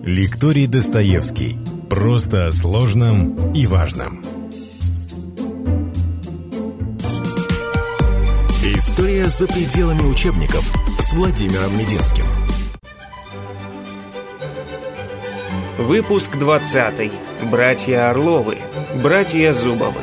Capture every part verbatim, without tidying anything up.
Лекторий Достоевский. Просто о сложном и важном. История за пределами учебников с Владимиром Мединским. Выпуск двадцатый. Братья Орловы. Братья Зубовы.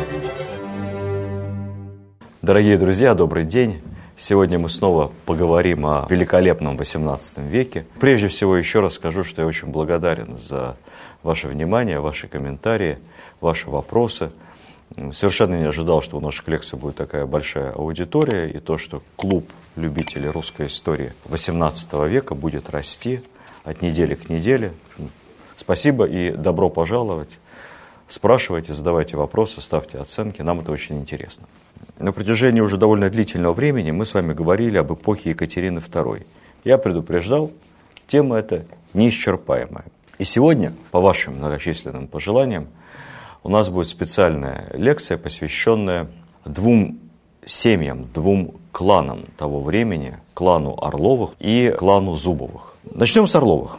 Дорогие друзья, добрый день. Сегодня мы снова поговорим о великолепном восемнадцатом веке. Прежде всего, еще раз скажу, что я очень благодарен за ваше внимание, ваши комментарии, ваши вопросы. Совершенно не ожидал, что у наших лекций будет такая большая аудитория, и то, что клуб любителей русской истории восемнадцатого века будет расти от недели к неделе. Спасибо и добро пожаловать. Спрашивайте, задавайте вопросы, ставьте оценки, нам это очень интересно. На протяжении уже довольно длительного времени мы с вами говорили об эпохе Екатерины второй. Я предупреждал, тема эта неисчерпаемая. И сегодня, по вашим многочисленным пожеланиям, у нас будет специальная лекция, посвященная двум семьям, двум кланам того времени, клану Орловых и клану Зубовых. Начнем с Орловых.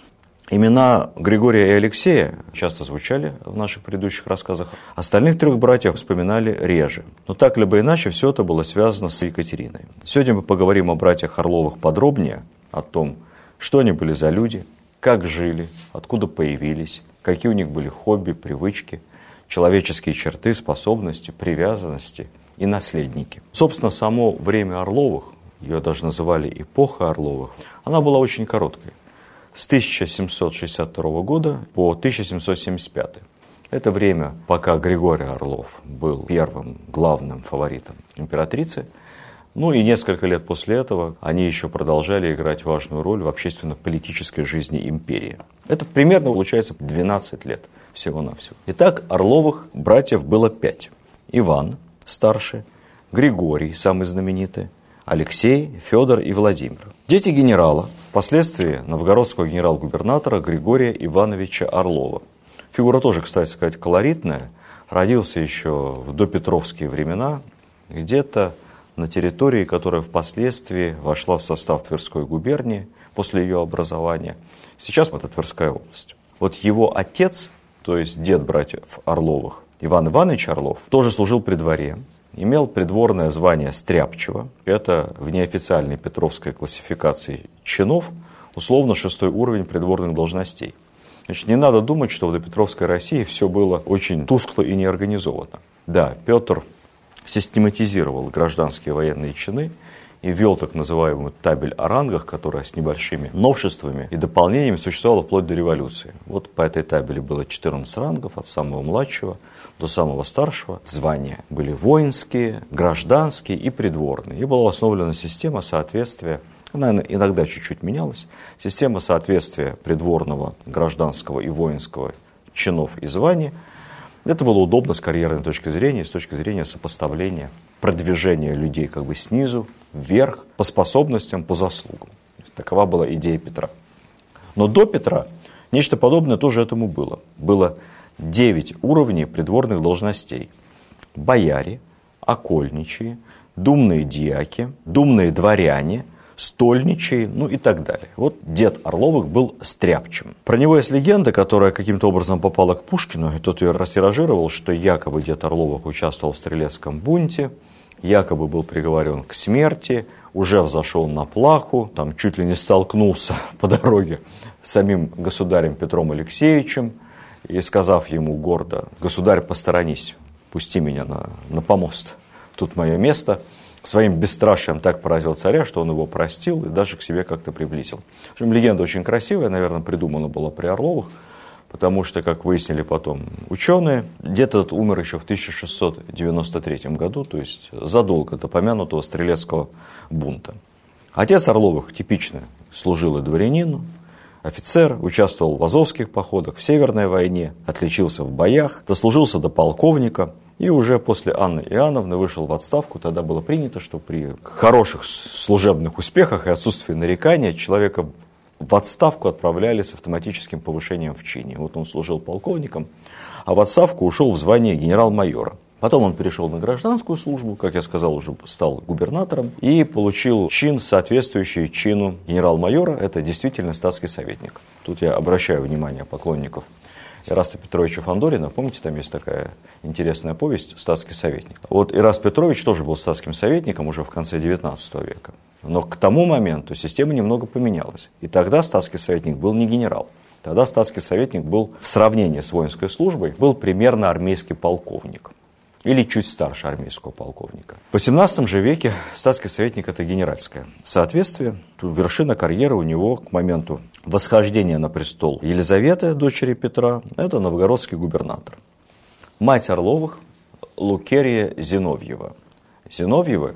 Имена Григория и Алексея часто звучали в наших предыдущих рассказах. Остальных трех братьев вспоминали реже. Но так либо иначе все это было связано с Екатериной. Сегодня мы поговорим о братьях Орловых подробнее, о том, что они были за люди, как жили, откуда появились, какие у них были хобби, привычки, человеческие черты, способности, привязанности и наследники. Собственно, само время Орловых, ее даже называли эпоха Орловых, она была очень короткой. С тысяча семьсот шестьдесят второго года по тысяча семьсот семьдесят пятый. Это время, пока Григорий Орлов был первым главным фаворитом императрицы. Ну и несколько лет после этого они еще продолжали играть важную роль в общественно-политической жизни империи. Это примерно получается двенадцать лет всего-навсего. Итак, Орловых братьев было пять. Иван, старший, Григорий, самый знаменитый, Алексей, Федор и Владимир. Дети генерала, впоследствии новгородского генерал-губернатора Григория Ивановича Орлова. Фигура тоже, кстати сказать, колоритная. Родился еще в допетровские времена, где-то на территории, которая впоследствии вошла в состав Тверской губернии после ее образования. Сейчас это Тверская область. Вот его отец, то есть дед братьев Орловых, Иван Иванович Орлов, тоже служил при дворе. Имел придворное звание стряпчего. Это в неофициальной петровской классификации чинов условно шестой уровень придворных должностей. Значит, не надо думать, что в допетровской России все было очень тускло и неорганизовано. Да, Петр систематизировал гражданские военные чины и ввел так называемую табель о рангах, которая с небольшими новшествами и дополнениями существовала вплоть до революции. Вот по этой табели было четырнадцать рангов, от самого младшего до самого старшего. Звания были воинские, гражданские и придворные. И была установлена система соответствия, она иногда чуть-чуть менялась, система соответствия придворного, гражданского и воинского чинов и званий. Это было удобно с карьерной точки зрения, с точки зрения сопоставления, продвижения людей как бы снизу вверх, по способностям, по заслугам. Такова была идея Петра. Но до Петра нечто подобное тоже этому было. Было девять уровней придворных должностей. Бояре, окольничьи, думные дьяки, думные дворяне, стольничий, ну и так далее. Вот дед Орловых был стряпчим. Про него есть легенда, которая каким-то образом попала к Пушкину, и тот ее растиражировал, что якобы дед Орловых участвовал в стрелецком бунте, якобы был приговорен к смерти, уже взошел на плаху, там чуть ли не столкнулся по дороге с самим государем Петром Алексеевичем, и сказав ему гордо: «Государь, посторонись, пусти меня на, на помост, тут мое место», своим бесстрашием так поразил царя, что он его простил и даже к себе как-то приблизил. В общем, легенда очень красивая, наверное, придумана была при Орловых, потому что, как выяснили потом ученые, дед этот умер еще в тысяча шестьсот девяносто третьем году, то есть задолго до помянутого стрелецкого бунта. Отец Орловых типично служил и дворянину, офицер, участвовал в азовских походах, в Северной войне, отличился в боях, дослужился до полковника. И уже после Анны Иоанновны вышел в отставку. Тогда было принято, что при хороших служебных успехах и отсутствии нарекания человека в отставку отправляли с автоматическим повышением в чине. Вот он служил полковником, а в отставку ушел в звание генерал-майора. Потом он перешел на гражданскую службу, как я сказал, уже стал губернатором и получил чин, соответствующий чину генерал-майора. Это действительно статский советник. Тут я обращаю внимание поклонников Ираста Петровича Фандорина. Помните, там есть такая интересная повесть «Статский советник». Вот Ираст Петрович тоже был статским советником уже в конце девятнадцатого века. Но к тому моменту система немного поменялась. И тогда статский советник был не генерал. Тогда статский советник был в сравнении с воинской службой, был примерно армейский полковник. Или чуть старше армейского полковника. В восемнадцатом же веке статский советник – это генеральское соответствие. Вершина карьеры у него к моменту восхождения на престол Елизаветы, дочери Петра, это новгородский губернатор. Мать Орловых – Лукерия Зиновьева. Зиновьевы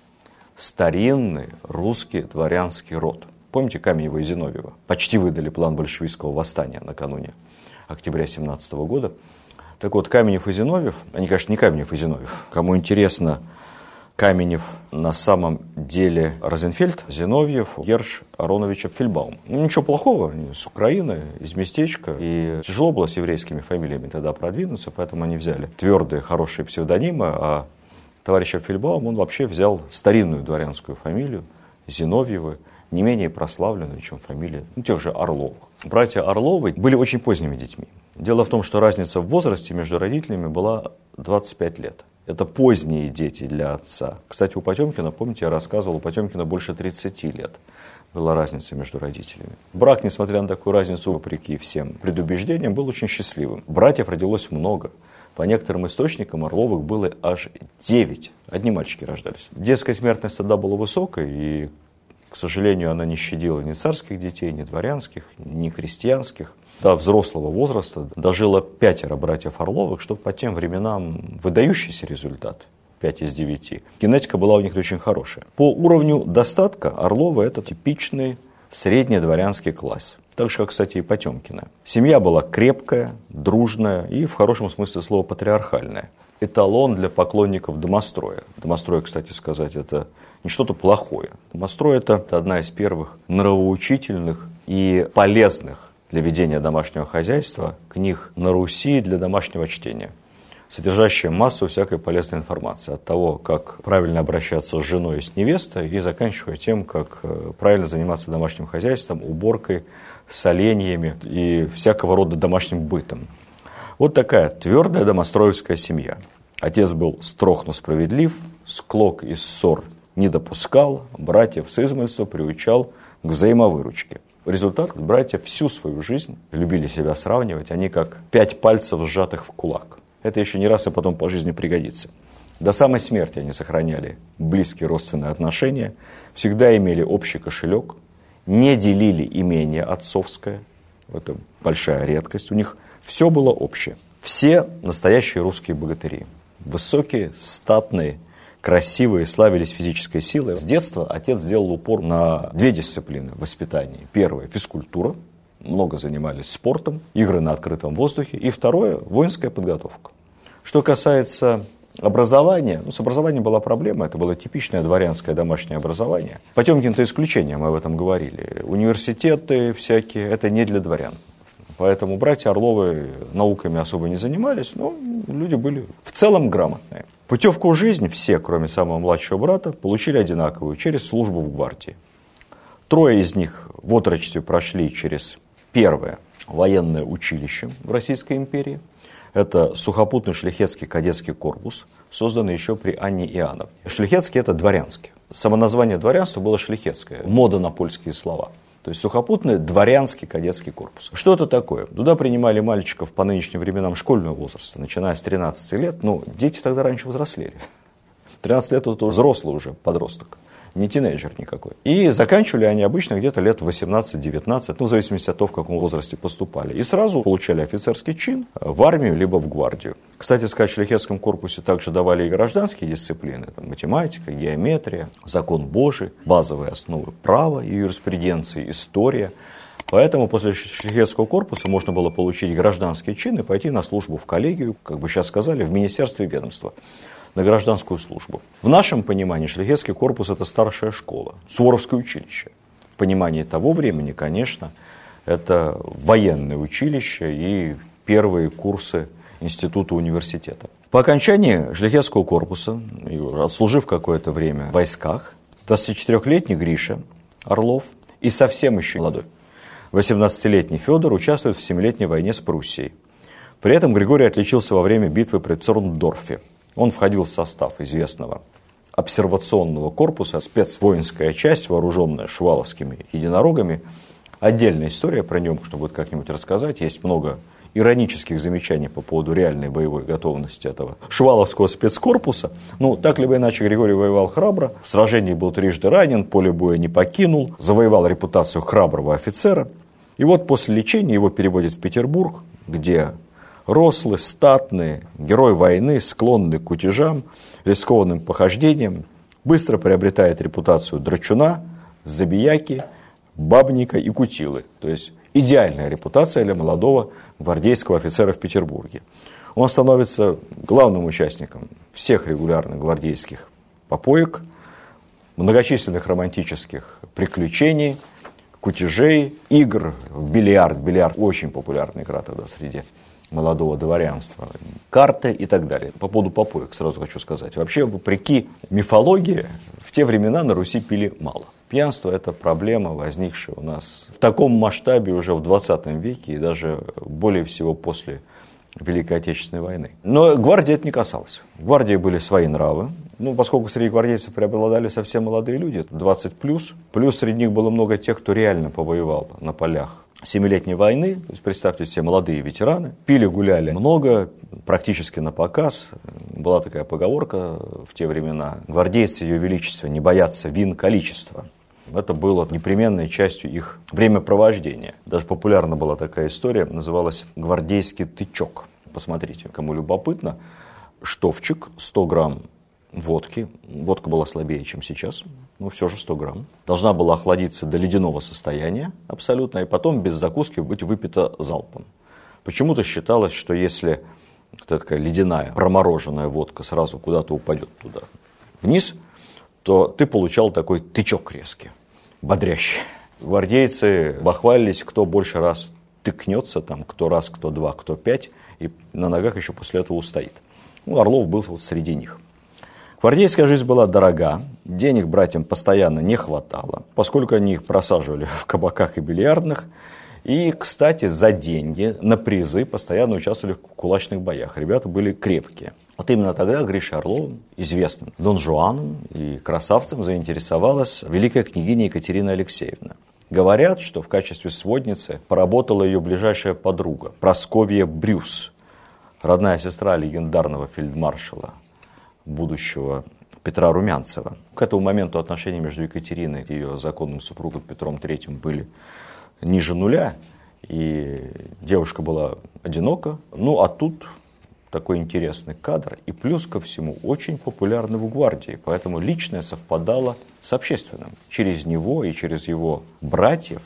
– старинный русский дворянский род. Помните Каменева и Зиновьева? Почти выдали план большевистского восстания накануне октября семнадцатого года. Так вот, Каменев и Зиновьев, они, конечно, не Каменев и Зиновьев. Кому интересно, Каменев на самом деле Розенфельд, Зиновьев, Герш Аронович Апфельбаум. Ну, ничего плохого, они с Украины, из местечка. И тяжело было с еврейскими фамилиями тогда продвинуться, поэтому они взяли твердые, хорошие псевдонимы, а товарищ Апфельбаум, он вообще взял старинную дворянскую фамилию, Зиновьевы, не менее прославленную, чем фамилия ну, тех же Орловых. Братья Орловы были очень поздними детьми. Дело в том, что разница в возрасте между родителями была двадцать пять лет. Это поздние дети для отца. Кстати, у Потемкина, помните, я рассказывал, у Потемкина больше тридцати лет была разница между родителями. Брак, несмотря на такую разницу, вопреки всем предубеждениям, был очень счастливым. Братьев родилось много. По некоторым источникам Орловых было аж девять. Одни мальчики рождались. Детская смертность тогда была высокой, и, к сожалению, она не щадила ни царских детей, ни дворянских, ни крестьянских. До взрослого возраста дожило пятеро братьев Орловых, что по тем временам выдающийся результат. пять из девяти. Генетика была у них очень хорошая. По уровню достатка Орловы – это типичный среднедворянский класс. Так же, как, кстати, и Потемкина. Семья была крепкая, дружная и, в хорошем смысле слова, патриархальная. Эталон для поклонников домостроя. Домострой, кстати сказать, это не что-то плохое. Домострой – это одна из первых нравоучительных и полезных для ведения домашнего хозяйства книг на Руси для домашнего чтения, содержащая массу всякой полезной информации. От того, как правильно обращаться с женой и с невестой, и заканчивая тем, как правильно заниматься домашним хозяйством, уборкой, соленьями и всякого рода домашним бытом. Вот такая твердая домостроевская семья. Отец был строг, но справедлив, склок и ссор не допускал, братьев с измальства приучал к взаимовыручке. Результат: братья всю свою жизнь любили себя сравнивать, они как пять пальцев, сжатых в кулак. Это еще не раз и потом по жизни пригодится. До самой смерти они сохраняли близкие родственные отношения, всегда имели общий кошелек, не делили имение отцовское, это большая редкость, у них все было общее. Все настоящие русские богатыри, высокие, статные, красивые, славились физической силой. С детства отец сделал упор на две дисциплины в воспитании. Первое – физкультура, много занимались спортом, игры на открытом воздухе. И второе – воинская подготовка. Что касается образования, ну, с образованием была проблема, это было типичное дворянское домашнее образование. Потемкин-то исключение, мы об этом говорили. Университеты всякие – это не для дворян. Поэтому братья Орловы науками особо не занимались, но люди были в целом грамотные. Путевку в жизнь все, кроме самого младшего брата, получили одинаковую через службу в гвардии. Трое из них в отрочестве прошли через первое военное училище в Российской империи. Это сухопутный шляхетский кадетский корпус, созданный еще при Анне Иоанновне. Шляхетский – это дворянский. Само название дворянства было шляхетское, мода на польские слова. То есть сухопутный дворянский кадетский корпус. Что это такое? Туда принимали мальчиков по нынешним временам школьного возраста, начиная с тринадцати лет. Ну, дети тогда раньше взрослели. тринадцать лет – это взрослый уже подросток, не тинейджер никакой. И заканчивали они обычно где-то лет восемнадцать-девятнадцать, ну, в зависимости от того, в каком возрасте поступали. И сразу получали офицерский чин в армию либо в гвардию. Кстати сказать, в шляхетском корпусе также давали и гражданские дисциплины. Там, математика, геометрия, закон Божий, базовые основы права и юриспруденции, история. Поэтому после шляхетского корпуса можно было получить гражданский чин и пойти на службу в коллегию, как бы сейчас сказали, в министерство и ведомство, на гражданскую службу. В нашем понимании шляхетский корпус – это старшая школа, Суворовское училище. В понимании того времени, конечно, это военное училище и первые курсы института университета. По окончании шляхетского корпуса, отслужив какое-то время в войсках, двадцатичетырёхлетний Гриша Орлов и совсем еще молодой восемнадцатилетний Федор участвуют в Семилетней войне с Пруссией. При этом Григорий отличился во время битвы при Цорндорфе. Он входил в состав известного обсервационного корпуса, спецвоинская часть, вооруженная шуваловскими единорогами. Отдельная история про него, можно будет как-нибудь рассказать. Есть много иронических замечаний по поводу реальной боевой готовности этого шуваловского спецкорпуса. Ну, так либо иначе, Григорий воевал храбро, в сражении был трижды ранен, поле боя не покинул, завоевал репутацию храброго офицера. И вот после лечения его переводят в Петербург, где рослый, статный, герой войны, склонный к кутежам, рискованным похождениям, быстро приобретает репутацию драчуна, забияки, бабника и кутилы. То есть идеальная репутация для молодого гвардейского офицера в Петербурге. Он становится главным участником всех регулярных гвардейских попоек, многочисленных романтических приключений, кутежей, игр в бильярд. Бильярд очень популярная игра тогда среди молодого дворянства, карты и так далее. По поводу попоек сразу хочу сказать. Вообще, вопреки мифологии, в те времена на Руси пили мало. Пьянство – это проблема, возникшая у нас в таком масштабе уже в двадцатом веке и даже более всего после Великой Отечественной войны. Но гвардии это не касалось. В гвардии были свои нравы. Ну, поскольку среди гвардейцев преобладали совсем молодые люди, двадцать плюс, плюс среди них было много тех, кто реально повоевал на полях Семилетней войны. То есть, представьте себе, молодые ветераны. Пили, гуляли много, практически на показ. Была такая поговорка в те времена: гвардейцы Ее Величества не боятся вин количества. Это было непременной частью их времяпровождения. Даже популярна была такая история, называлась «Гвардейский тычок». Посмотрите, кому любопытно, штофчик, сто грамм водки. Водка была слабее, чем сейчас, но все же сто грамм. Должна была охладиться до ледяного состояния абсолютно, и потом без закуски быть выпита залпом. Почему-то считалось, что если вот такая ледяная, промороженная водка сразу куда-то упадет туда вниз, то ты получал такой тычок резкий, бодрящий. Гвардейцы бахвалились, кто больше раз тыкнется, там, кто раз, кто два, кто пять, и на ногах еще после этого устоит. Ну, Орлов был вот среди них. Гвардейская жизнь была дорога, денег братьям постоянно не хватало, поскольку они их просаживали в кабаках и бильярдных. И, кстати, за деньги на призы постоянно участвовали в кулачных боях. Ребята были крепкие. Вот именно тогда Гриша Орлов, известным Дон Жуаном и красавцем, заинтересовалась великая княгиня Екатерина Алексеевна. Говорят, что в качестве сводницы поработала ее ближайшая подруга Прасковья Брюс, родная сестра легендарного фельдмаршала, будущего Петра Румянцева. К этому моменту отношения между Екатериной и ее законным супругом Петром Третьим были ниже нуля, и девушка была одинока. Ну, а тут такой интересный кадр, и плюс ко всему очень популярный в гвардии, поэтому личное совпадало с общественным. Через него и через его братьев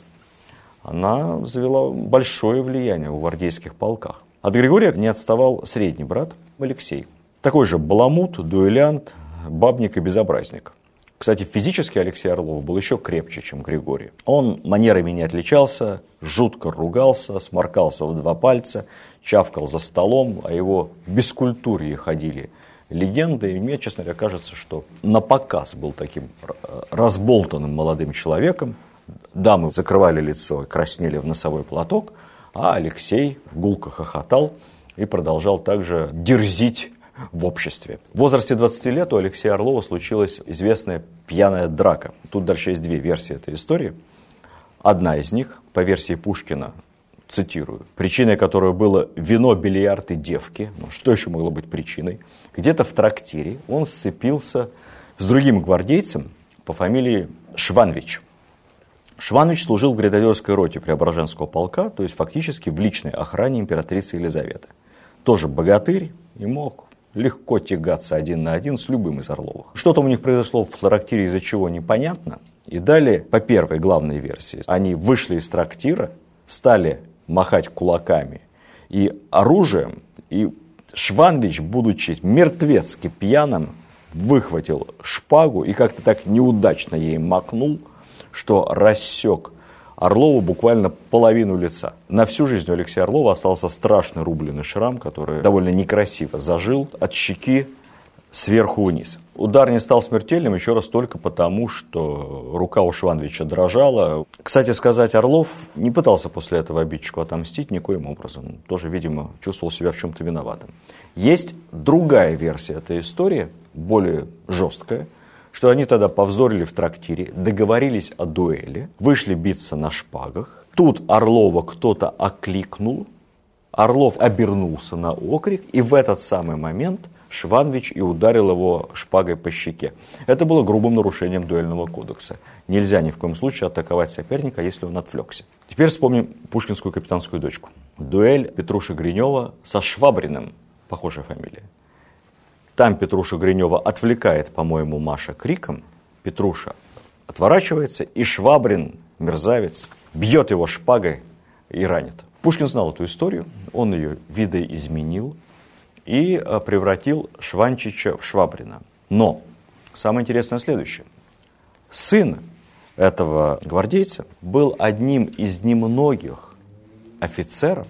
она завела большое влияние в гвардейских полках. От Григория не отставал средний брат Алексей. Такой же баламут, дуэлянт, бабник и безобразник. Кстати, физически Алексей Орлов был еще крепче, чем Григорий. Он манерами не отличался, жутко ругался, сморкался в два пальца, чавкал за столом, а его бескультурье ходили легенды. И мне, честно говоря, кажется, что на показ был таким разболтанным молодым человеком. Дамы закрывали лицо и краснели в носовой платок, а Алексей гулко хохотал и продолжал также дерзить в обществе. В возрасте двадцати лет у Алексея Орлова случилась известная пьяная драка. Тут дальше есть две версии этой истории. Одна из них, по версии Пушкина, цитирую, причиной которой было вино, бильярд и девки. Ну, что еще могло быть причиной? Где-то в трактире он сцепился с другим гвардейцем по фамилии Шванвич. Шванвич служил в гренадерской роте Преображенского полка, то есть фактически в личной охране императрицы Елизаветы. Тоже богатырь и мог легко тягаться один на один с любым из Орловых. Что там у них произошло в трактире, из-за чего, непонятно. И далее, по первой главной версии, они вышли из трактира, стали махать кулаками и оружием, и Шванвич, будучи мертвецки пьяным, выхватил шпагу и как-то так неудачно ей макнул, что рассек Орлову буквально половину лица. На всю жизнь у Алексея Орлова остался страшный рубленый шрам, который довольно некрасиво зажил от щеки сверху вниз. Удар не стал смертельным еще раз только потому, что рука у Шванвича дрожала. Кстати сказать, Орлов не пытался после этого обидчику отомстить никоим образом. Тоже, видимо, чувствовал себя в чем-то виноватым. Есть другая версия этой истории, более жесткая, что они тогда повздорили в трактире, договорились о дуэли, вышли биться на шпагах. Тут Орлова кто-то окликнул, Орлов обернулся на окрик, и в этот самый момент Шванвич и ударил его шпагой по щеке. Это было грубым нарушением дуэльного кодекса. Нельзя ни в коем случае атаковать соперника, если он отвлекся. Теперь вспомним пушкинскую капитанскую дочку. Дуэль Петруши Гринева со Швабриным, похожая фамилия. Там Петруша Гринева отвлекает, по-моему, Маша криком. Петруша отворачивается, и Швабрин, мерзавец, бьет его шпагой и ранит. Пушкин знал эту историю, он ее видоизменил и превратил Шванчича в Швабрина. Но самое интересное следующее. Сын этого гвардейца был одним из немногих офицеров,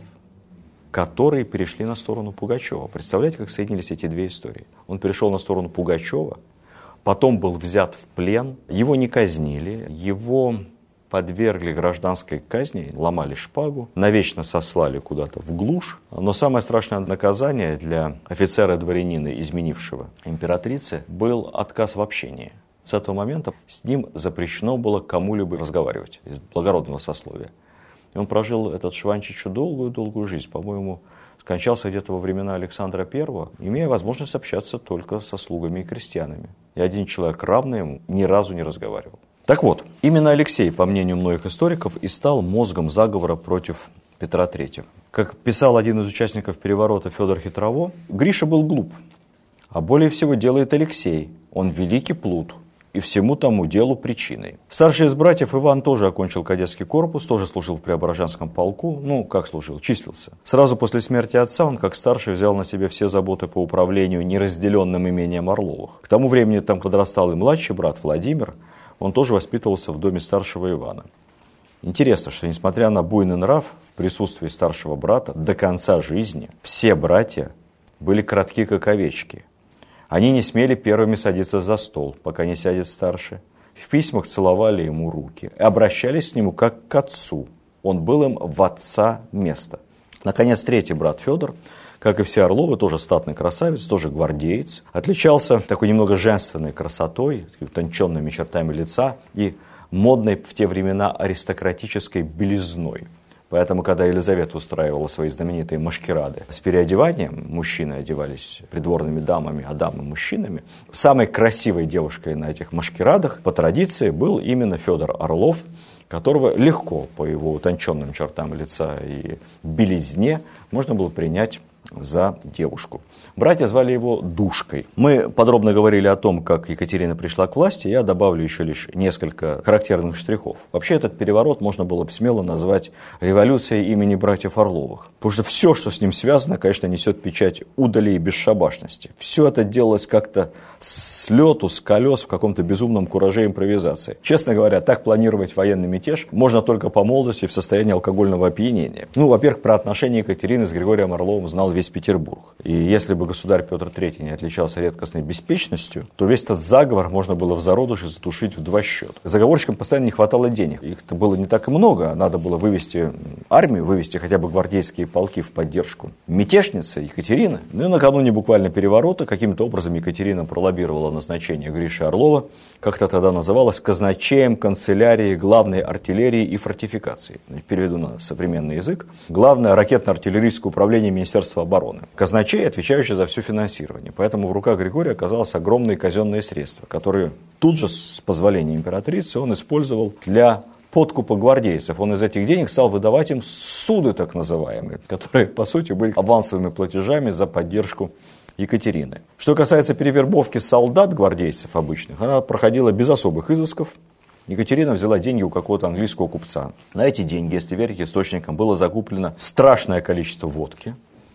которые перешли на сторону Пугачева. Представляете, как соединились эти две истории? Он перешел на сторону Пугачева, потом был взят в плен, его не казнили, его подвергли гражданской казни, ломали шпагу, навечно сослали куда-то в глушь. Но самое страшное наказание для офицера-дворянина, изменившего императрице, был отказ в общении. С этого момента с ним запрещено было кому-либо разговаривать из благородного сословия. И он прожил, этот Шванчич, долгую-долгую жизнь. По-моему, скончался где-то во времена Александра Первого, имея возможность общаться только со слугами и крестьянами. И один человек, равный ему, ни разу не разговаривал. Так вот, именно Алексей, по мнению многих историков, и стал мозгом заговора против Петра Третьего. Как писал один из участников переворота Федор Хитрово, Гриша был глуп, а более всего делает Алексей. Он великий плут и всему тому делу причиной. Старший из братьев Иван тоже окончил кадетский корпус, тоже служил в Преображенском полку. Ну, как служил? Числился. Сразу после смерти отца он, как старший, взял на себя все заботы по управлению неразделенным имением Орловых. К тому времени там подрастал и младший брат Владимир. Он тоже воспитывался в доме старшего Ивана. Интересно, что несмотря на буйный нрав, в присутствии старшего брата до конца жизни все братья были кратки, как овечки. Они не смели первыми садиться за стол, пока не сядет старший. В письмах целовали ему руки и обращались к нему как к отцу. Он был им в отца место. Наконец, третий брат Федор, как и все Орловы, тоже статный красавец, тоже гвардеец, отличался такой немного женственной красотой, утонченными чертами лица и модной в те времена аристократической белизной. Поэтому, когда Елизавета устраивала свои знаменитые машкерады с переодеванием, мужчины одевались придворными дамами, а дамы мужчинами, самой красивой девушкой на этих машкерадах по традиции был именно Федор Орлов, которого легко по его утонченным чертам лица и белизне можно было принять за девушку. Братья звали его Душкой. Мы подробно говорили о том, как Екатерина пришла к власти. Я добавлю еще лишь несколько характерных штрихов. Вообще этот переворот можно было бы смело назвать революцией имени братьев Орловых. Потому что все, что с ним связано, конечно, несет печать удали и бесшабашности. Все это делалось как-то с лету, с колес, в каком-то безумном кураже импровизации. Честно говоря, так планировать военный мятеж можно только по молодости в состоянии алкогольного опьянения. Ну, во-первых, про отношения Екатерины с Григорием Орловым знал весь Петербург. И если бы государь Петр Третий не отличался редкостной беспечностью, то весь этот заговор можно было в зародыше затушить в два счета. Заговорщикам постоянно не хватало денег. Их-то было не так и много. Надо было вывести армию, вывести хотя бы гвардейские полки в поддержку мятежницы Екатерины. Ну и накануне буквально переворота каким-то образом Екатерина пролоббировала назначение Гриши Орлова, как это тогда называлось, казначеем канцелярии главной артиллерии и фортификации. Переведу на современный язык. Главное ракетно-артиллерийское управление Министерства обороны. Казначей, отвечающий за все финансирование. Поэтому в руках Григория оказалось огромные казенные средства, которые тут же, с позволения императрицы, он использовал для подкупа гвардейцев. Он из этих денег стал выдавать им суды, так называемые, которые, по сути, были авансовыми платежами за поддержку Екатерины. Что касается перевербовки солдат-гвардейцев обычных, она проходила без особых изысков. Екатерина взяла деньги у какого-то английского купца. На эти деньги, если верить источникам, было закуплено страшное количество водки.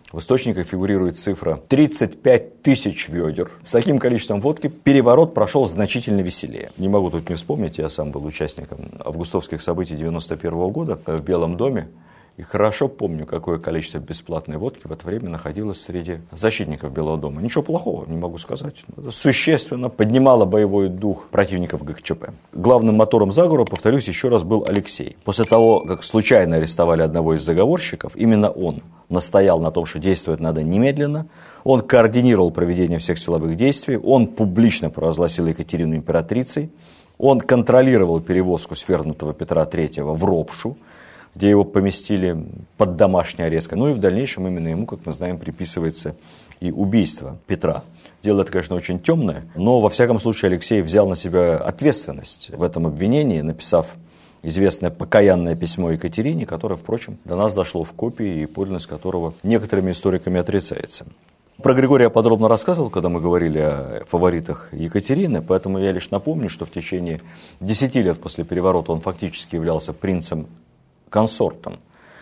В источниках фигурирует цифра тридцать пять тысяч ведер. С таким количеством водки переворот прошел значительно веселее. Не могу тут не вспомнить, я сам был участником августовских событий девяносто первого года в Белом доме. И хорошо помню, какое количество бесплатной водки в это время находилось среди защитников Белого дома. Ничего плохого, не могу сказать. Это существенно поднимало боевой дух противников ГКЧП. Главным мотором заговора, повторюсь еще раз, был Алексей. После того, как случайно арестовали одного из заговорщиков, именно он настоял на том, что действовать надо немедленно. Он координировал проведение всех силовых действий. Он публично провозгласил Екатерину императрицей. Он контролировал перевозку свергнутого Петра Третьего в Ропшу, где его поместили под домашний арест. Ну и в дальнейшем именно ему, как мы знаем, приписывается и убийство Петра. Дело это, конечно, очень темное, но во всяком случае Алексей взял на себя ответственность в этом обвинении, написав известное покаянное письмо Екатерине, которое, впрочем, до нас дошло в копии и подлинность которого некоторыми историками отрицается. Про Григория я подробно рассказывал, когда мы говорили о фаворитах Екатерины, поэтому я лишь напомню, что в течение десяти лет после переворота он фактически являлся принцем-консортом.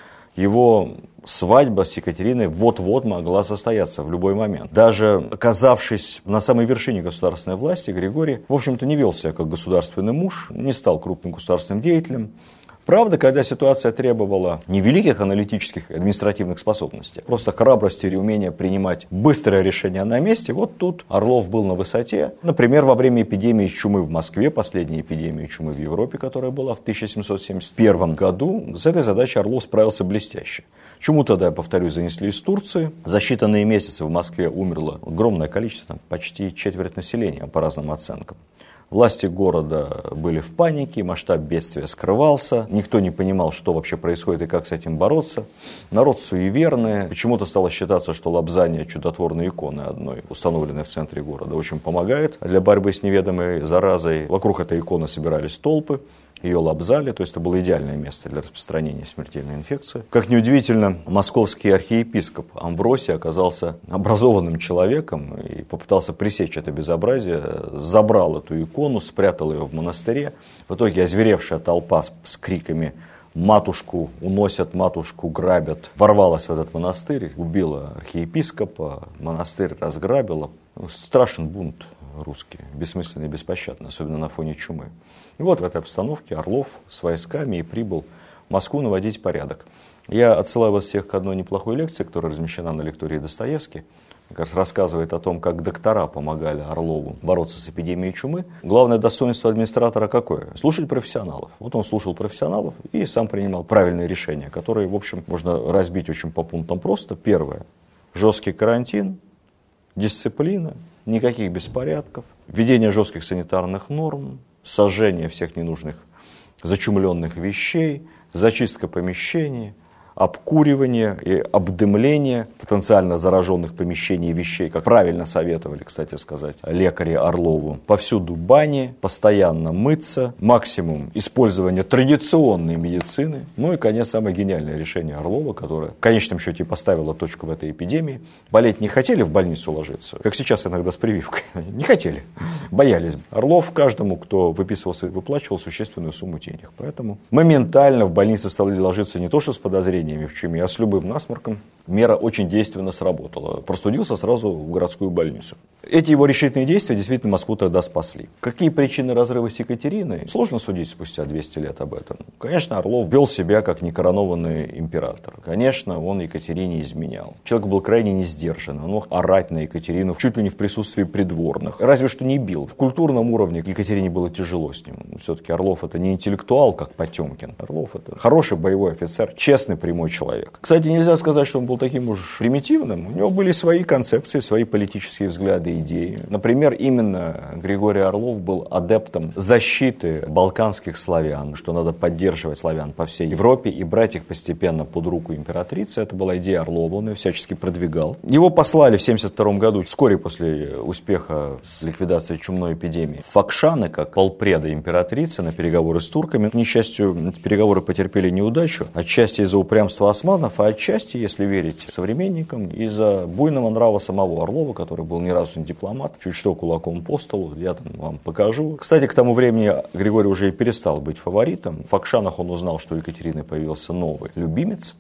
Его свадьба с Екатериной вот-вот могла состояться в любой момент. Даже оказавшись на самой вершине государственной власти, Григорий, в общем-то, не вел себя как государственный муж, не стал крупным государственным деятелем. Правда, когда ситуация требовала не великих аналитических и административных способностей, просто храбрости и умения принимать быстрое решение на месте, вот тут Орлов был на высоте. Например, во время эпидемии чумы в Москве, последней эпидемии чумы в Европе, которая была в тысяча семьсот семьдесят первом году, с этой задачей Орлов справился блестяще. Чуму тогда, я повторюсь, занесли из Турции. За считанные месяцы в Москве умерло огромное количество, там, почти четверть населения, по разным оценкам. Власти города были в панике, масштаб бедствия скрывался, никто не понимал, что вообще происходит и как с этим бороться. Народ суеверный, почему-то стало считаться, что лобзание чудотворной иконы одной, установленной в центре города, очень помогает для борьбы с неведомой заразой. Вокруг этой иконы собирались толпы, ее лобзали, то есть это было идеальное место для распространения смертельной инфекции. Как неудивительно, московский архиепископ Амвросий оказался образованным человеком и попытался пресечь это безобразие, забрал эту икону, спрятал ее в монастыре. В итоге озверевшая толпа с криками «Матушку уносят, матушку грабят!» ворвалась в этот монастырь, убила архиепископа, монастырь разграбила. Страшен бунт русский, бессмысленный и беспощадный, особенно на фоне чумы. И вот в этой обстановке Орлов с войсками и прибыл в Москву наводить порядок. Я отсылаю вас всех к одной неплохой лекции, которая размещена на лектории Достоевский. Как раз рассказывает о том, как доктора помогали Орлову бороться с эпидемией чумы. Главное достоинство администратора какое? Слушать профессионалов. Вот он слушал профессионалов и сам принимал правильные решения, которые, в общем, можно разбить очень по пунктам просто. Первое. Жесткий карантин, дисциплина, никаких беспорядков, введение жестких санитарных норм, сожжение всех ненужных зачумленных вещей, зачистка помещений, обкуривание и обдымление потенциально зараженных помещений и вещей, как правильно советовали, кстати сказать, лекари Орлову. Повсюду бани, постоянно мыться, максимум использования традиционной медицины. Ну и, конечно, самое гениальное решение Орлова, которое в конечном счете поставило точку в этой эпидемии. Болеть не хотели в больницу ложиться, как сейчас иногда с прививкой. Не хотели, боялись. Орлов каждому, кто выписывался, выплачивал существенную сумму денег. Поэтому моментально в больнице стали ложиться не то что с подозрением в чуме, а с любым насморком. Мера очень действенно сработала. Простудился сразу в городскую больницу. Эти его решительные действия действительно Москву тогда спасли. Какие причины разрыва с Екатериной? Сложно судить спустя двести лет об этом. Конечно, Орлов вел себя как некоронованный император. Конечно, он Екатерине изменял. Человек был крайне не сдержан. Он мог орать на Екатерину чуть ли не в присутствии придворных. Разве что не бил. В культурном уровне Екатерине было тяжело с ним. Все-таки Орлов это не интеллектуал, как Потемкин. Орлов это хороший боевой офицер, честный, прямой человек. Кстати, нельзя сказать, что он был таким уж примитивным. У него были свои концепции, свои политические взгляды, идеи. Например, именно Григорий Орлов был адептом защиты балканских славян, что надо поддерживать славян по всей Европе и брать их постепенно под руку императрицы. Это была идея Орлова, он ее всячески продвигал. Его послали в семьдесят втором году, вскоре после успеха с ликвидацией чумной эпидемии, в Факшаны, как полпреда императрицы, на переговоры с турками. К несчастью, эти переговоры потерпели неудачу, отчасти из-за упрямства османов, а отчасти, если верить современникам, из-за буйного нрава самого Орлова, который был ни разу не дипломат, чуть что кулаком по столу, я там вам покажу. Кстати, к тому времени Григорий уже и перестал быть фаворитом. В Факшанах он узнал, что у Екатерины появился новый любимец,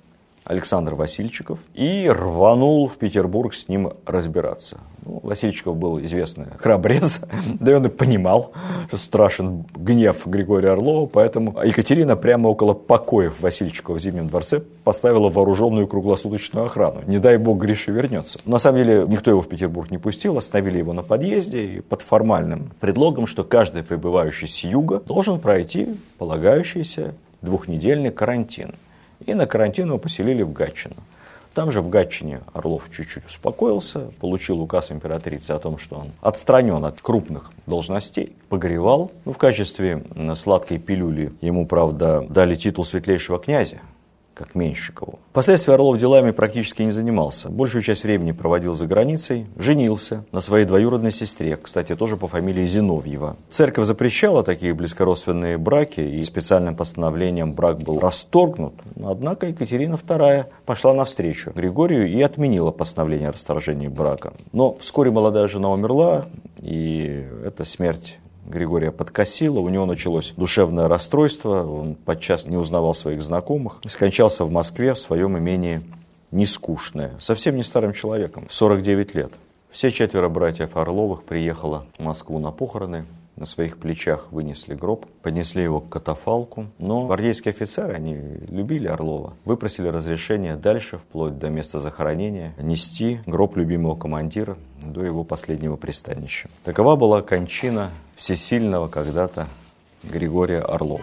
Александр Васильчиков и рванул в Петербург с ним разбираться. Ну, Васильчиков был известный храбрец, да и он и понимал, что страшен гнев Григория Орлова, поэтому Екатерина прямо около покоев Васильчикова в Зимнем дворце поставила вооруженную круглосуточную охрану. Не дай бог Гриша вернется. На самом деле никто его в Петербург не пустил, остановили его на подъезде и под формальным предлогом, что каждый прибывающий с юга должен пройти полагающийся двухнедельный карантин. И на карантин его поселили в Гатчину. Там же в Гатчине Орлов чуть-чуть успокоился, получил указ императрицы о том, что он отстранен от крупных должностей, погревал. Ну, в качестве сладкой пилюли ему, правда, дали титул светлейшего князя, как Меньшикову. Впоследствии Орлов делами практически не занимался. Большую часть времени проводил за границей, женился на своей двоюродной сестре, кстати, тоже по фамилии Зиновьева. Церковь запрещала такие близкородственные браки, и специальным постановлением брак был расторгнут. Однако Екатерина вторая пошла навстречу Григорию и отменила постановление о расторжении брака. Но вскоре молодая жена умерла, и эта смерть Григория подкосило, у него началось душевное расстройство, он подчас не узнавал своих знакомых, скончался в Москве в своем имении Нескучное, совсем не старым человеком, сорок девять лет. Все четверо братьев Орловых приехало в Москву на похороны, на своих плечах вынесли гроб, поднесли его к катафалку, но гвардейские офицеры, они любили Орлова, выпросили разрешение дальше, вплоть до места захоронения, нести гроб любимого командира до его последнего пристанища. Такова была кончина всесильного когда-то Григория Орлова.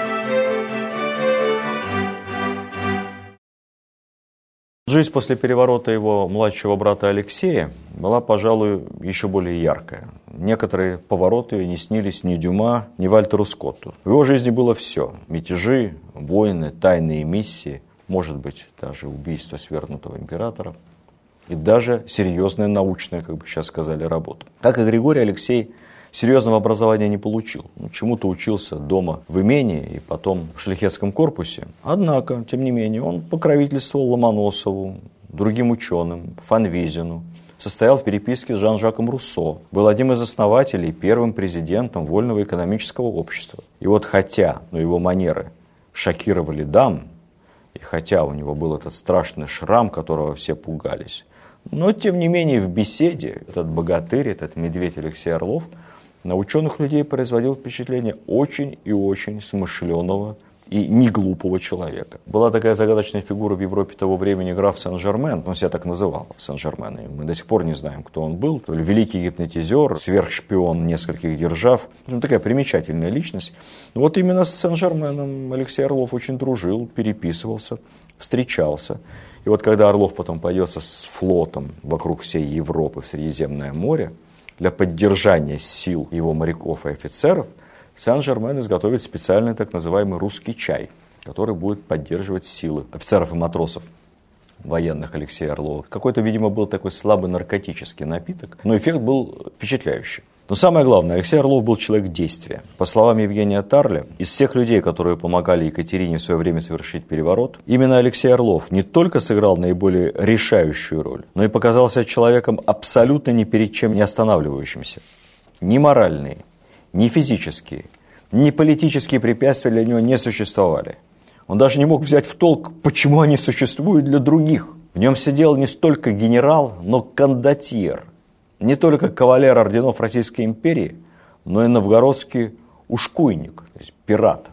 Жизнь после переворота его младшего брата Алексея была, пожалуй, еще более яркая. Некоторые повороты не снились ни Дюма, ни Вальтеру Скотту. В его жизни было все. Мятежи, войны, тайные миссии, может быть, даже убийство свергнутого императора. И даже серьезная научная, как бы сейчас сказали, работа. Как и Григорий, Алексей серьезного образования не получил. Ну, чему-то учился дома в имении и потом в шляхетском корпусе. Однако, тем не менее, он покровительствовал Ломоносову, другим ученым, Фанвизину, состоял в переписке с Жан-Жаком Руссо, был одним из основателей, первым президентом Вольного экономического общества. И вот хотя, но его манеры шокировали дам, и хотя у него был этот страшный шрам, которого все пугались, но, тем не менее, в беседе этот богатырь, этот медведь Алексей Орлов на ученых людей производил впечатление очень и очень смышленого и неглупого человека. Была такая загадочная фигура в Европе того времени, граф Сен-Жермен, он себя так называл, Сен-Жермен, и мы до сих пор не знаем, кто он был, то ли великий гипнотизер, сверхшпион нескольких держав, такая примечательная личность. Вот именно с Сен-Жерменом Алексей Орлов очень дружил, переписывался, встречался. И вот когда Орлов потом пойдет с флотом вокруг всей Европы в Средиземное море, для поддержания сил его моряков и офицеров, Сен-Жермен изготовит специальный так называемый русский чай, который будет поддерживать силы офицеров и матросов военных Алексея Орлова. Какой-то, видимо, был такой слабый наркотический напиток, но эффект был впечатляющий. Но самое главное, Алексей Орлов был человек действия. По словам Евгения Тарля, из всех людей, которые помогали Екатерине в свое время совершить переворот, именно Алексей Орлов не только сыграл наиболее решающую роль, но и показался человеком абсолютно ни перед чем не останавливающимся. Ни моральные, ни физические, ни политические препятствия для него не существовали. Он даже не мог взять в толк, почему они существуют для других. В нем сидел не столько генерал, но кондотьер. Не только кавалер орденов Российской империи, но и новгородский ушкуйник, то есть пират.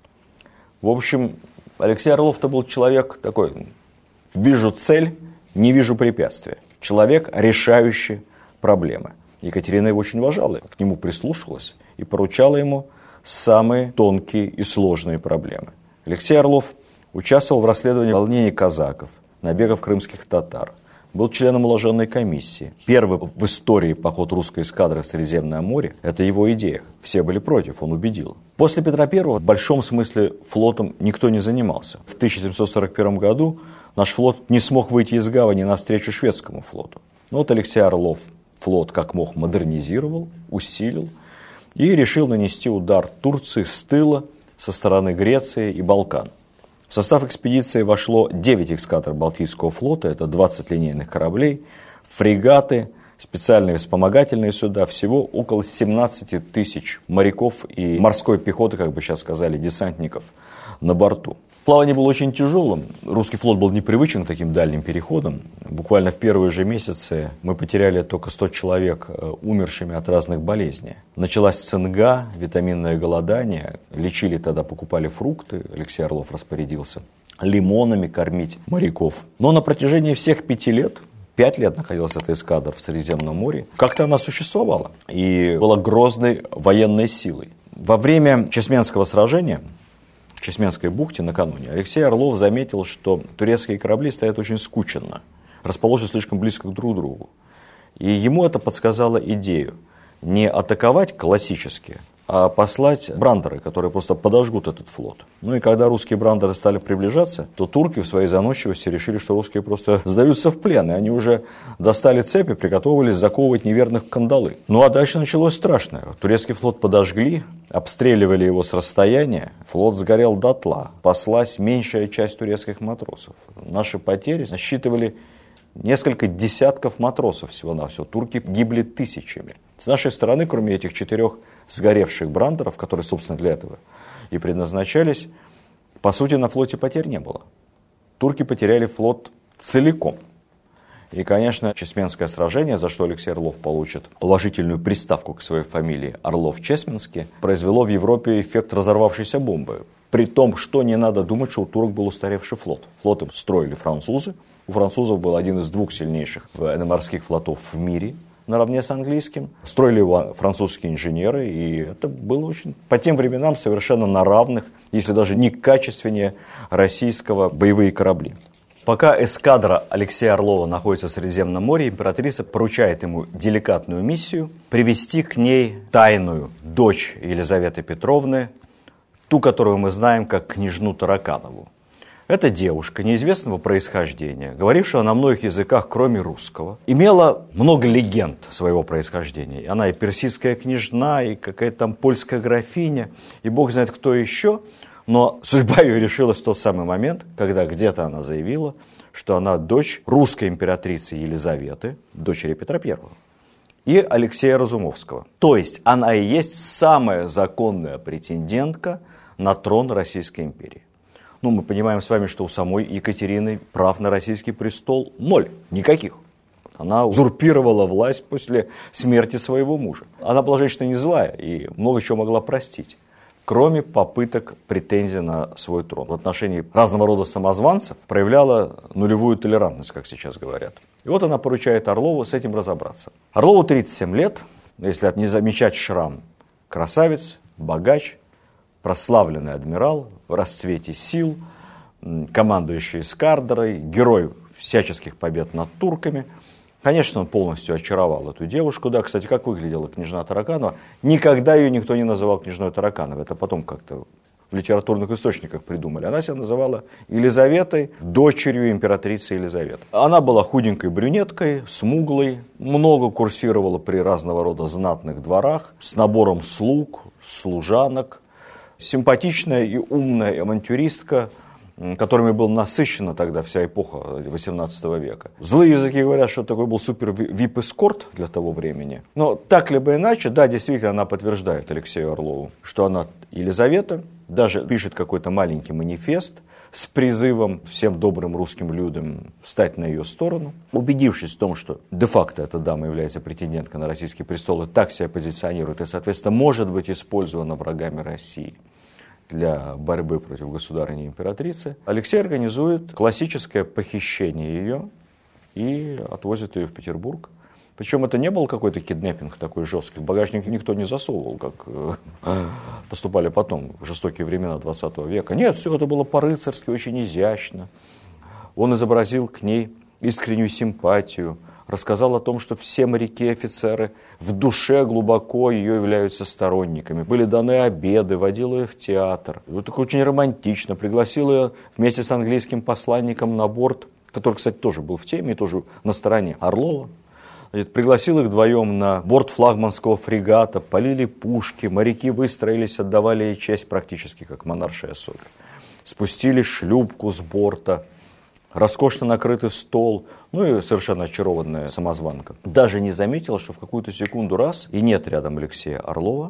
В общем, Алексей Орлов-то был человек такой: вижу цель, не вижу препятствия. Человек, решающий проблемы. Екатерина его очень уважала, к нему прислушивалась и поручала ему самые тонкие и сложные проблемы. Алексей Орлов участвовал в расследовании волнений казаков, набегов крымских татар. Был членом уложенной комиссии. Первый в истории поход русской эскадры в Средиземное море – это его идея. Все были против, он убедил. После Петра Первого в большом смысле флотом никто не занимался. В тысяча семьсот сорок первом году наш флот не смог выйти из гавани навстречу шведскому флоту. Но вот Алексей Орлов флот как мог модернизировал, усилил и решил нанести удар Турции с тыла со стороны Греции и Балкан. В состав экспедиции вошло девять эскадр Балтийского флота, это двадцать линейных кораблей, фрегаты, специальные вспомогательные суда, всего около семнадцать тысяч моряков и морской пехоты, как бы сейчас сказали, десантников на борту. Плавание было очень тяжелым. Русский флот был непривычен к таким дальним переходам. Буквально в первые же месяцы мы потеряли только сто человек умершими от разных болезней. Началась цинга, витаминное голодание. Лечили тогда, покупали фрукты. Алексей Орлов распорядился лимонами кормить моряков. Но на протяжении всех пяти лет, пять лет находилась эта эскадра в Средиземном море, как-то она существовала и была грозной военной силой. Во время Чесменского сражения, в Чесменской бухте накануне, Алексей Орлов заметил, что турецкие корабли стоят очень скученно, расположены слишком близко друг к другу. И ему это подсказало идею не атаковать классически, а послать брандеры, которые просто подожгут этот флот. Ну и когда русские брандеры стали приближаться, то турки в своей заносчивости решили, что русские просто сдаются в плен, и они уже достали цепи, приготовились заковывать неверных в кандалы. Ну а дальше началось страшное. Турецкий флот подожгли, обстреливали его с расстояния, флот сгорел дотла, паслась меньшая часть турецких матросов. Наши потери насчитывали несколько десятков матросов всего-навсего. Турки гибли тысячами. С нашей стороны, кроме этих четырех сгоревших брандеров, которые, собственно, для этого и предназначались, по сути, на флоте потерь не было. Турки потеряли флот целиком. И, конечно, Чесменское сражение, за что Алексей Орлов получит уважительную приставку к своей фамилии Орлов-Чесменский, произвело в Европе эффект разорвавшейся бомбы. При том, что не надо думать, что у турок был устаревший флот. Флот им строили французы. У французов был один из двух сильнейших военно-морских флотов в мире, наравне с английским. Строили его французские инженеры, и это было очень, по тем временам, совершенно на равных, если даже не качественнее российского боевые корабли. Пока эскадра Алексея Орлова находится в Средиземном море, императрица поручает ему деликатную миссию привести к ней тайную дочь Елизаветы Петровны, ту, которую мы знаем как княжну Тараканову. Эта девушка неизвестного происхождения, говорившая на многих языках, кроме русского, имела много легенд своего происхождения. Она и персидская княжна, и какая-то там польская графиня, и бог знает кто еще. Но судьба ее решилась в тот самый момент, когда где-то она заявила, что она дочь русской императрицы Елизаветы, дочери Петра Первого, и Алексея Разумовского. То есть она и есть самая законная претендентка на трон Российской империи. Ну, мы понимаем с вами, что у самой Екатерины прав на российский престол ноль, никаких. Она узурпировала власть после смерти своего мужа. Она была женщина не злая и много чего могла простить, кроме попыток претензий на свой трон. В отношении разного рода самозванцев проявляла нулевую толерантность, как сейчас говорят. И вот она поручает Орлову с этим разобраться. Орлову тридцать семь лет, если не замечать шрам, красавец, богач, прославленный адмирал, в расцвете сил, командующий эскадрой, герой всяческих побед над турками. Конечно, он полностью очаровал эту девушку. Да, кстати, как выглядела княжна Тараканова? Никогда ее никто не называл княжной Таракановой. Это потом как-то в литературных источниках придумали. Она себя называла Елизаветой, дочерью императрицы Елизаветы. Она была худенькой брюнеткой, смуглой, много курсировала при разного рода знатных дворах, с набором слуг, служанок. Симпатичная и умная авантюристка, которыми была насыщена тогда вся эпоха восемнадцатого века. Злые языки говорят, что такой был супер вип-эскорт для того времени. Но так либо иначе, да, действительно, она подтверждает Алексею Орлову, что она Елизавета, даже пишет какой-то маленький манифест с призывом всем добрым русским людям встать на ее сторону. Убедившись в том, что де-факто эта дама является претенденткой на российский престол и так себя позиционирует, и, соответственно, может быть использована врагами России для борьбы против государыни императрицы, Алексей организует классическое похищение ее и отвозит ее в Петербург. Причем это не был какой-то киднеппинг такой жесткий, в багажник никто не засовывал, как поступали потом, в жестокие времена двадцатого века. Нет, все это было по-рыцарски, очень изящно. Он изобразил к ней искреннюю симпатию, рассказал о том, что все моряки и офицеры в душе глубоко ее являются сторонниками. Были даны обеды, водил ее в театр. Вот так очень романтично. Пригласил ее вместе с английским посланником на борт, который, кстати, тоже был в теме, тоже на стороне Орлова. Пригласил их вдвоем на борт флагманского фрегата, полили пушки, моряки выстроились, отдавали ей честь практически как монаршей особе. Спустили шлюпку с борта, роскошно накрытый стол, ну и совершенно очарованная самозванка. Даже не заметила, что в какую-то секунду раз, и нет рядом Алексея Орлова,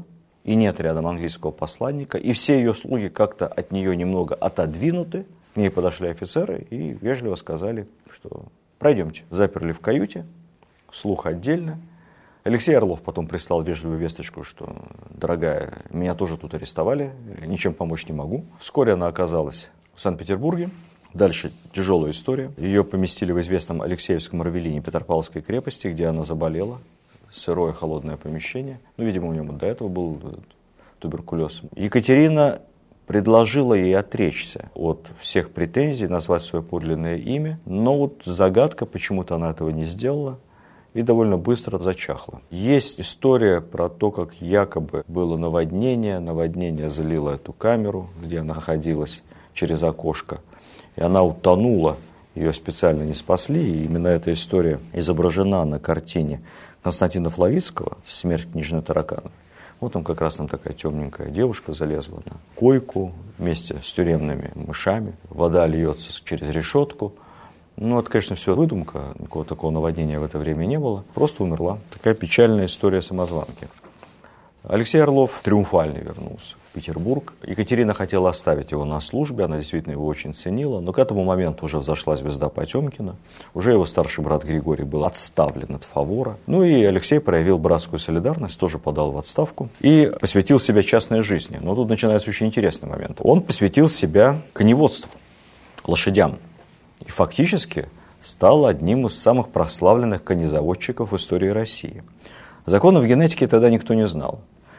и нет рядом английского посланника, и все ее слуги как-то от нее немного отодвинуты. К ней подошли офицеры и вежливо сказали, что пройдемте. Заперли в каюте, слух отдельно. Алексей Орлов потом прислал вежливую весточку, что, дорогая, меня тоже тут арестовали, ничем помочь не могу. Вскоре она оказалась в Санкт-Петербурге. Дальше тяжелая история. Ее поместили в известном Алексеевском равелине Петропавловской крепости, где она заболела. Сырое, холодное помещение. Ну, видимо, у нее до этого был туберкулез. Екатерина предложила ей отречься от всех претензий, назвать свое подлинное имя. Но вот загадка, почему-то она этого не сделала. И довольно быстро зачахла. Есть история про то, как якобы было наводнение. Наводнение залило эту камеру, где она находилась, через окошко. И она утонула, ее специально не спасли. И именно эта история изображена на картине Константина Флавицкого «Смерть княжны Таракановой». Вот там как раз там такая темненькая девушка залезла на койку вместе с тюремными мышами. Вода льется через решетку. Ну, это, конечно, все выдумка, никакого такого наводнения в это время не было. Просто умерла. Такая печальная история самозванки. Алексей Орлов триумфально вернулся в Петербург. Екатерина хотела оставить его на службе, она действительно его очень ценила. Но к этому моменту уже взошла звезда Потемкина. Уже его старший брат Григорий был отставлен от фавора. Ну и Алексей проявил братскую солидарность, тоже подал в отставку. И посвятил себя частной жизни. Но тут начинается очень интересный момент. Он посвятил себя коневодству, лошадям. И фактически стал одним из самых прославленных конезаводчиков в истории России. Законов генетики тогда никто не знал.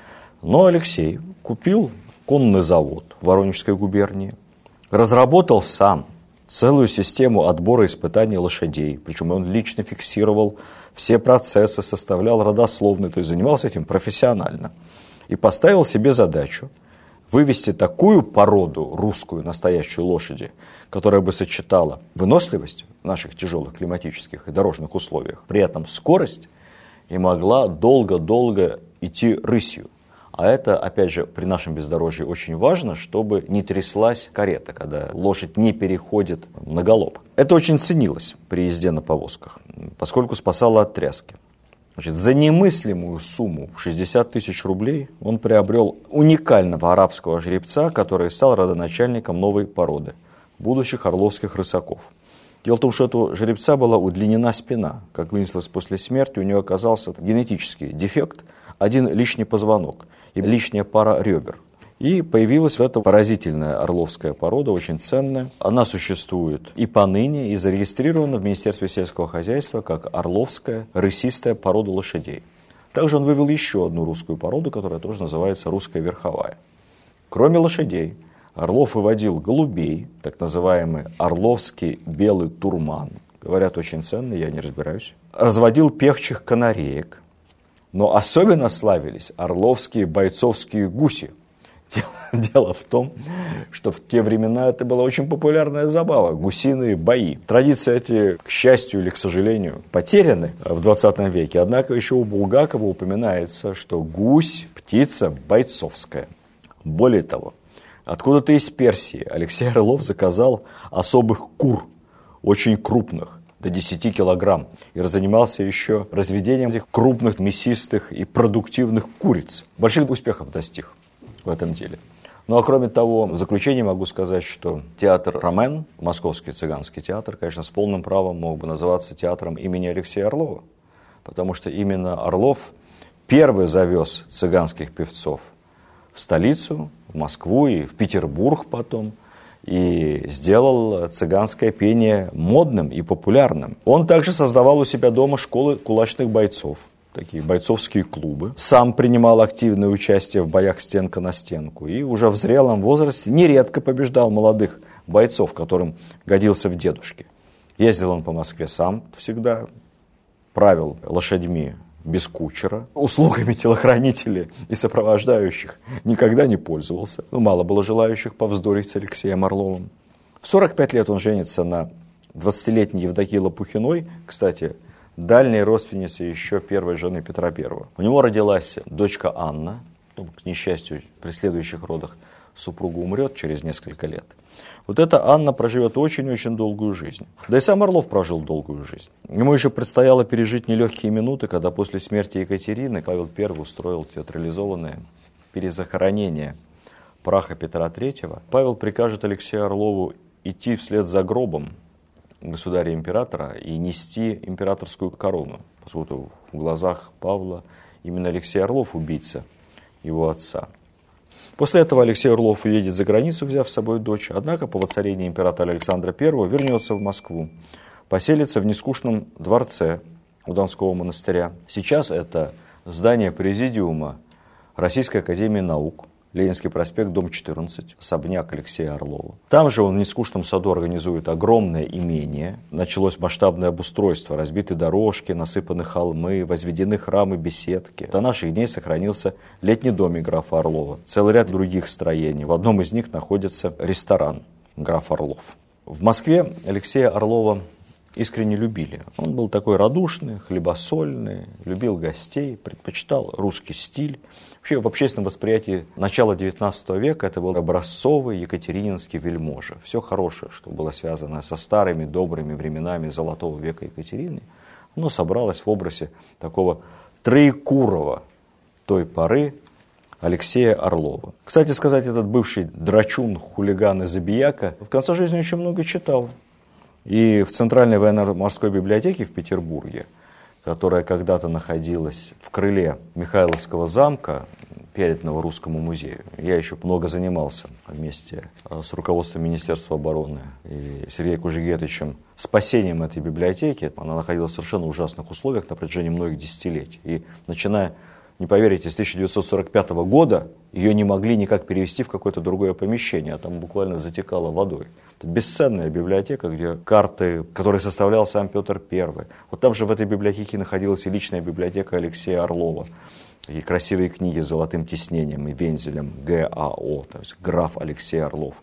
Но Алексей купил конный завод в Воронежской губернии, разработал сам целую систему отбора испытаний лошадей, причем он лично фиксировал все процессы, составлял родословные, то есть занимался этим профессионально. И поставил себе задачу вывести такую породу, русскую, настоящую лошади, которая бы сочетала выносливость в наших тяжелых климатических и дорожных условиях, при этом скорость, и могла долго-долго идти рысью. А это, опять же, при нашем бездорожье очень важно, чтобы не тряслась карета, когда лошадь не переходит на галоп. Это очень ценилось при езде на повозках, поскольку спасало от тряски. Значит, за немыслимую сумму шестьдесят тысяч рублей он приобрел уникального арабского жеребца, который стал родоначальником новой породы будущих орловских рысаков. Дело в том, что у жеребца была удлинена спина. Как выяснилось после смерти, у него оказался генетический дефект, один лишний позвонок и лишняя пара ребер. И появилась эта поразительная орловская порода, очень ценная. Она существует и поныне, и зарегистрирована в Министерстве сельского хозяйства как орловская рысистая порода лошадей. Также он вывел еще одну русскую породу, которая тоже называется русская верховая. Кроме лошадей, Орлов выводил голубей, так называемый орловский белый турман. Говорят, очень ценный, я не разбираюсь. Разводил певчих канареек. Но особенно славились орловские бойцовские гуси. Дело в том, что в те времена это была очень популярная забава – гусиные бои. Традиции эти, к счастью или к сожалению, потеряны в двадцатом веке. Однако еще у Булгакова упоминается, что гусь – птица бойцовская. Более того, откуда-то из Персии Алексей Орлов заказал особых кур, очень крупных, до десяти килограмм, и занимался еще разведением этих крупных, мясистых и продуктивных куриц. Больших успехов достиг в этом деле. Ну а кроме того, в заключение могу сказать, что театр «Ромен», Московский цыганский театр, конечно, с полным правом мог бы называться театром имени Алексея Орлова, потому что именно Орлов первый завез цыганских певцов в столицу, в Москву и в Петербург потом, и сделал цыганское пение модным и популярным. Он также создавал у себя дома школы кулачных бойцов, такие бойцовские клубы. Сам принимал активное участие в боях стенка на стенку и уже в зрелом возрасте нередко побеждал молодых бойцов, которым годился в дедушке. Ездил он по Москве сам всегда, правил лошадьми без кучера, услугами телохранителей и сопровождающих никогда не пользовался. Ну, мало было желающих повздорить с Алексеем Орловым. В сорок пять лет он женится на двадцатилетней Евдокии Лопухиной, кстати, дальней родственницы еще первой жены Петра Первого. У него родилась дочка Анна, ну, к несчастью, при следующих родах супруга умрет через несколько лет. Вот эта Анна проживет очень-очень долгую жизнь. Да и сам Орлов прожил долгую жизнь. Ему еще предстояло пережить нелегкие минуты, когда после смерти Екатерины Павел Первый устроил театрализованное перезахоронения праха Петра Третьего, Павел прикажет Алексею Орлову идти вслед за гробом государя-императора и нести императорскую корону. Поскольку в глазах Павла именно Алексей Орлов убийца его отца. После этого Алексей Орлов уедет за границу, взяв с собой дочь, однако по воцарении императора Александра Первого вернется в Москву, поселится в нескучном дворце у Донского монастыря. Сейчас это здание президиума Российской академии наук, Ленинский проспект, дом четырнадцать, особняк Алексея Орлова. Там же он в нескучном саду организует огромное имение. Началось масштабное обустройство, разбиты дорожки, насыпаны холмы, возведены храмы, беседки. До наших дней сохранился летний домик графа Орлова, целый ряд других строений. В одном из них находится ресторан «Граф Орлов». В Москве Алексея Орлова искренне любили. Он был такой радушный, хлебосольный, любил гостей, предпочитал русский стиль. Вообще в общественном восприятии начала девятнадцатого века это был образцовый екатерининский вельможа. Все хорошее, что было связано со старыми добрыми временами золотого века Екатерины, оно собралось в образе такого троекурого той поры Алексея Орлова. Кстати сказать, этот бывший драчун, хулиган и забияка в конце жизни очень много читал. И в Центральной военно-морской библиотеке в Петербурге, которая когда-то находилась в крыле Михайловского замка, переданного Русскому музею. Я еще много занимался вместе с руководством Министерства обороны и Сергеем Кужегетовичем спасением этой библиотеки. Она находилась в совершенно ужасных условиях на протяжении многих десятилетий. И начиная, не поверите, с тысяча девятьсот сорок пятого года ее не могли никак перевести в какое-то другое помещение, а там буквально затекало водой. Это бесценная библиотека, где карты, которые составлял сам Петр Первый. Вот там же в этой библиотеке находилась и личная библиотека Алексея Орлова. И красивые книги с золотым тиснением и вензелем ГАО, то есть граф Алексей Орлов.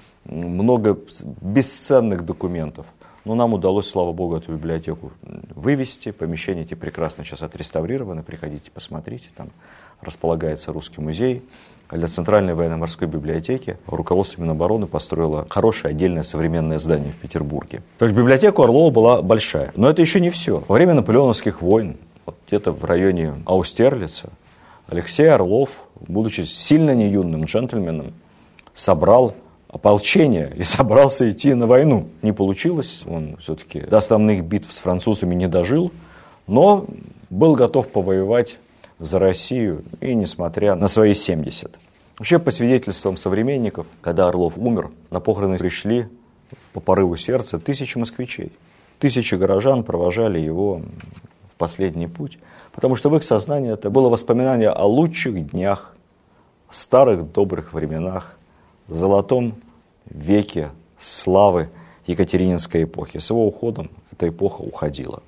Много бесценных документов. Но нам удалось, слава богу, эту библиотеку вывести. Помещения эти прекрасно сейчас отреставрированы. Приходите, посмотрите. Там располагается Русский музей. Для Центральной военно-морской библиотеки руководство Минобороны построило хорошее отдельное современное здание в Петербурге. То есть библиотека Орлова была большая. Но это еще не все. Во время наполеоновских войн, вот где-то в районе Аустерлица, Алексей Орлов, будучи сильно не юным джентльменом, собрал ополчение и собрался идти на войну. Не получилось, он все-таки до основных битв с французами не дожил, но был готов повоевать за Россию, и несмотря на свои семьдесят. Вообще, по свидетельствам современников, когда Орлов умер, на похороны пришли по порыву сердца тысячи москвичей. Тысячи горожан провожали его в последний путь, потому что в их сознании это было воспоминание о лучших днях, старых добрых временах, золотом веке славы Екатерининской эпохи. С его уходом эта эпоха уходила.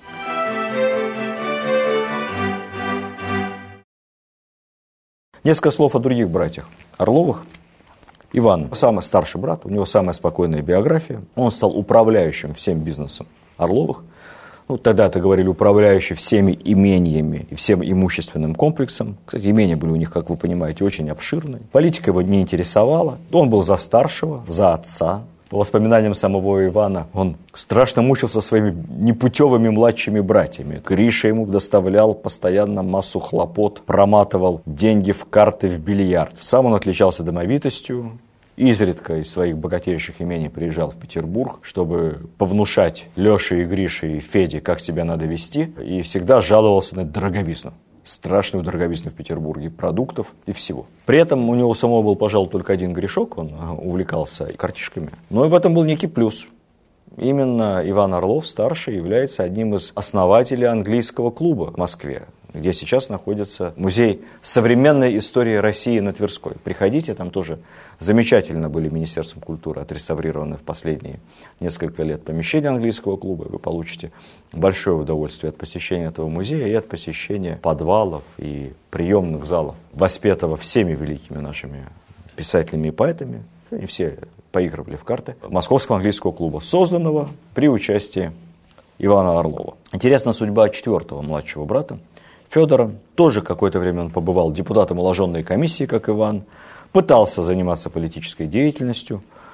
Несколько слов о других братьях Орловых. Иван, самый старший брат, у него самая спокойная биография. Он стал управляющим всем бизнесом Орловых. Ну, тогда это говорили управляющий всеми имениями и всем имущественным комплексом. Кстати, имения были у них, как вы понимаете, очень обширные. Политика его не интересовала. Он был за старшего, за отца. По воспоминаниям самого Ивана, он страшно мучился своими непутевыми младшими братьями. Гриша ему доставлял постоянно массу хлопот, проматывал деньги в карты, в бильярд. Сам он отличался домовитостью. Изредка из своих богатейших имений приезжал в Петербург, чтобы повнушать Леше и Грише и Феде, как себя надо вести. И всегда жаловался на дороговизну. Страшную дороговизну в Петербурге продуктов и всего. При этом у него самого был, пожалуй, только один грешок, он увлекался картишками. Но и в этом был некий плюс. Именно Иван Орлов, старший, является одним из основателей английского клуба в Москве, где сейчас находится музей современной истории России на Тверской. Приходите, там тоже замечательно были Министерством культуры отреставрированы в последние несколько лет помещения английского клуба. Вы получите большое удовольствие от посещения этого музея и от посещения подвалов и приемных залов, воспетого всеми великими нашими писателями и поэтами. Они все поигрывали в карты. Московского английского клуба, созданного при участии Ивана Орлова. Интересна судьба четвертого младшего брата, Федора. Тоже какое-то время он побывал депутатом уложенной комиссии, как Иван. Пытался заниматься политической деятельностью.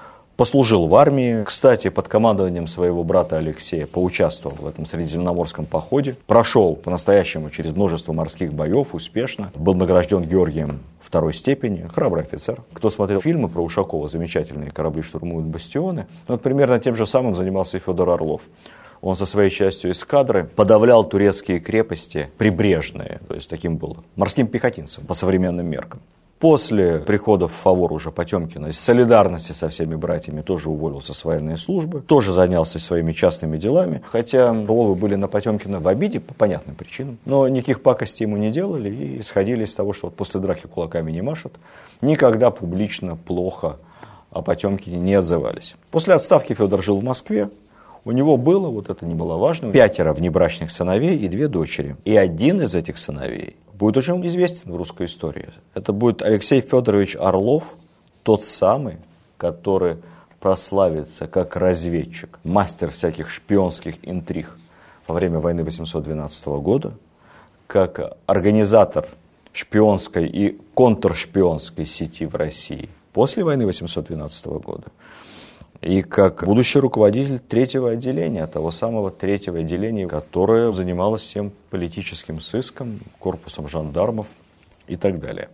послужил в армии. Кстати, под командованием своего брата Алексея поучаствовал в этом Средиземноморском походе. Прошел по-настоящему через множество морских боев успешно. Был награжден Георгием второй степени. Храбрый офицер. Кто смотрел фильмы про Ушакова, замечательные «Корабли штурмуют бастионы», вот примерно тем же самым занимался и Федор Орлов. Он со своей частью эскадры подавлял турецкие крепости прибрежные, то есть таким был морским пехотинцем по современным меркам. После прихода в фавор уже Потемкина, из солидарности со всеми братьями, тоже уволился с военной службы, тоже занялся своими частными делами, хотя Орловы были на Потемкина в обиде по понятным причинам, но никаких пакостей ему не делали и исходили из того, что вот после драки кулаками не машут, никогда публично плохо о Потемкине не отзывались. После отставки Федор жил в Москве. У него было, вот это немаловажно, пятеро внебрачных сыновей и две дочери. И один из этих сыновей будет очень известен в русской истории. Это будет Алексей Федорович Орлов, тот самый, который прославится как разведчик, мастер всяких шпионских интриг во время войны восемьсот двенадцатого года, как организатор шпионской и контршпионской сети в России после войны восемьсот двенадцатого года. И как будущий руководитель третьего отделения, того самого третьего отделения, которое занималось всем политическим сыском, корпусом жандармов и так далее.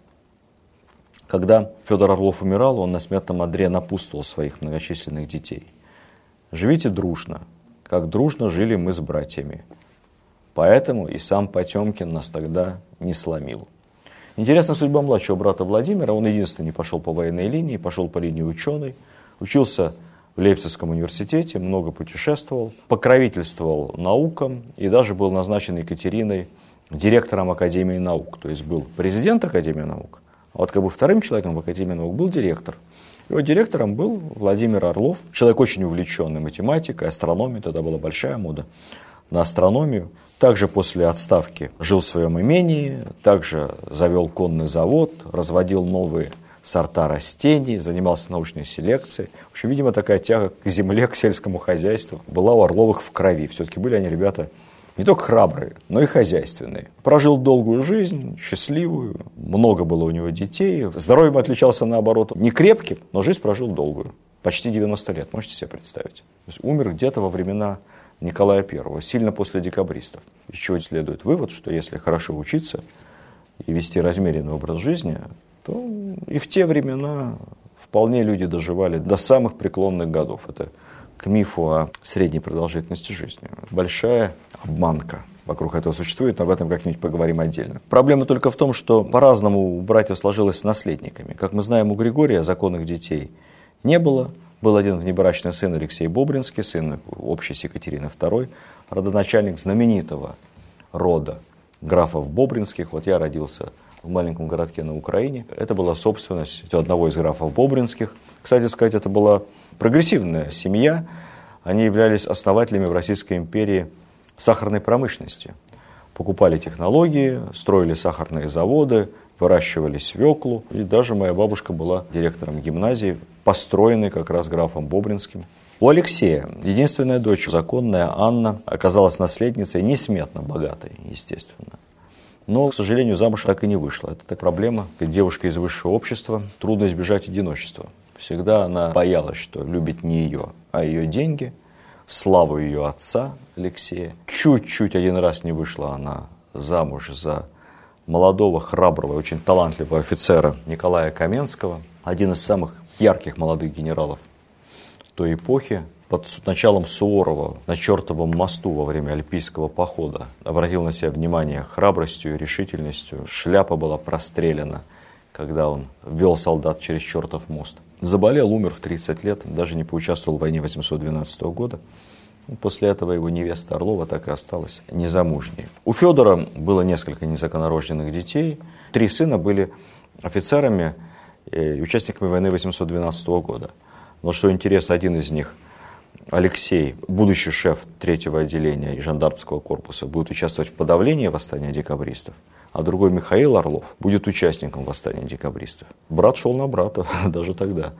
Когда Федор Орлов умирал, он на смертном одре напутствовал своих многочисленных детей. «Живите дружно, как дружно жили мы с братьями. Поэтому и сам Потемкин нас тогда не сломил». Интересна судьба младшего брата Владимира. Он единственный не пошел по военной линии, пошел по линии ученой, учился в Лейпцигском университете, много путешествовал, покровительствовал наукам и даже был назначен Екатериной директором Академии наук. То есть был президент Академии наук, а вот как бы вторым человеком в Академии наук был директор. Его директором был Владимир Орлов, человек очень увлеченный математикой, астрономией, тогда была большая мода на астрономию. Также после отставки жил в своем имении, также завел конный завод, разводил новые сорта растений, занимался научной селекцией. В общем, видимо, такая тяга к земле, к сельскому хозяйству была у Орловых в крови. Все-таки были они ребята не только храбрые, но и хозяйственные. Прожил долгую жизнь, счастливую, много было у него детей. Здоровьем отличался, наоборот, не крепким, но жизнь прожил долгую. Почти девяносто лет, можете себе представить. То есть умер где-то во времена Николая Первого, сильно после декабристов. Из чего следует вывод, что если хорошо учиться и вести размеренный образ жизни, то и в те времена вполне люди доживали до самых преклонных годов. Это к мифу о средней продолжительности жизни. Большая обманка вокруг этого существует, но об этом как-нибудь поговорим отдельно. Проблема только в том, что по-разному у братьев сложилось с наследниками. Как мы знаем, у Григория законных детей не было. Был один внебрачный сын Алексей Бобринский, сын общий с Екатериной Второй, родоначальник знаменитого рода графов Бобринских. Вот я родился в маленьком городке на Украине. Это была собственность одного из графов Бобринских. Кстати сказать, это была прогрессивная семья. Они являлись основателями в Российской империи сахарной промышленности. Покупали технологии, строили сахарные заводы, выращивали свеклу. И даже моя бабушка была директором гимназии, построенной как раз графом Бобринским. У Алексея единственная дочь, законная Анна, оказалась наследницей несметно богатой, естественно. Но, к сожалению, замуж так и не вышла. Это проблема. Девушка из высшего общества, трудно избежать одиночества. Всегда она боялась, что любит не ее, а ее деньги, славу ее отца Алексея. Чуть-чуть один раз не вышла она замуж за молодого, храброго, очень талантливого офицера Николая Каменского, один из самых ярких молодых генералов той эпохи. Под началом Суворова на Чертовом мосту во время Альпийского похода обратил на себя внимание храбростью и решительностью. Шляпа была прострелена, когда он вел солдат через Чертов мост. Заболел, умер в тридцать лет, даже не поучаствовал в войне восемьсот двенадцатого года. После этого его невеста Орлова так и осталась незамужней. У Федора было несколько незаконнорожденных детей. Три сына были офицерами и участниками войны восемьсот двенадцатого года. Но что интересно, один из них, Алексей, будущий шеф третьего отделения и жандармского корпуса, будет участвовать в подавлении восстания декабристов, а другой, Михаил Орлов, будет участником восстания декабристов. Брат шел на брата даже тогда.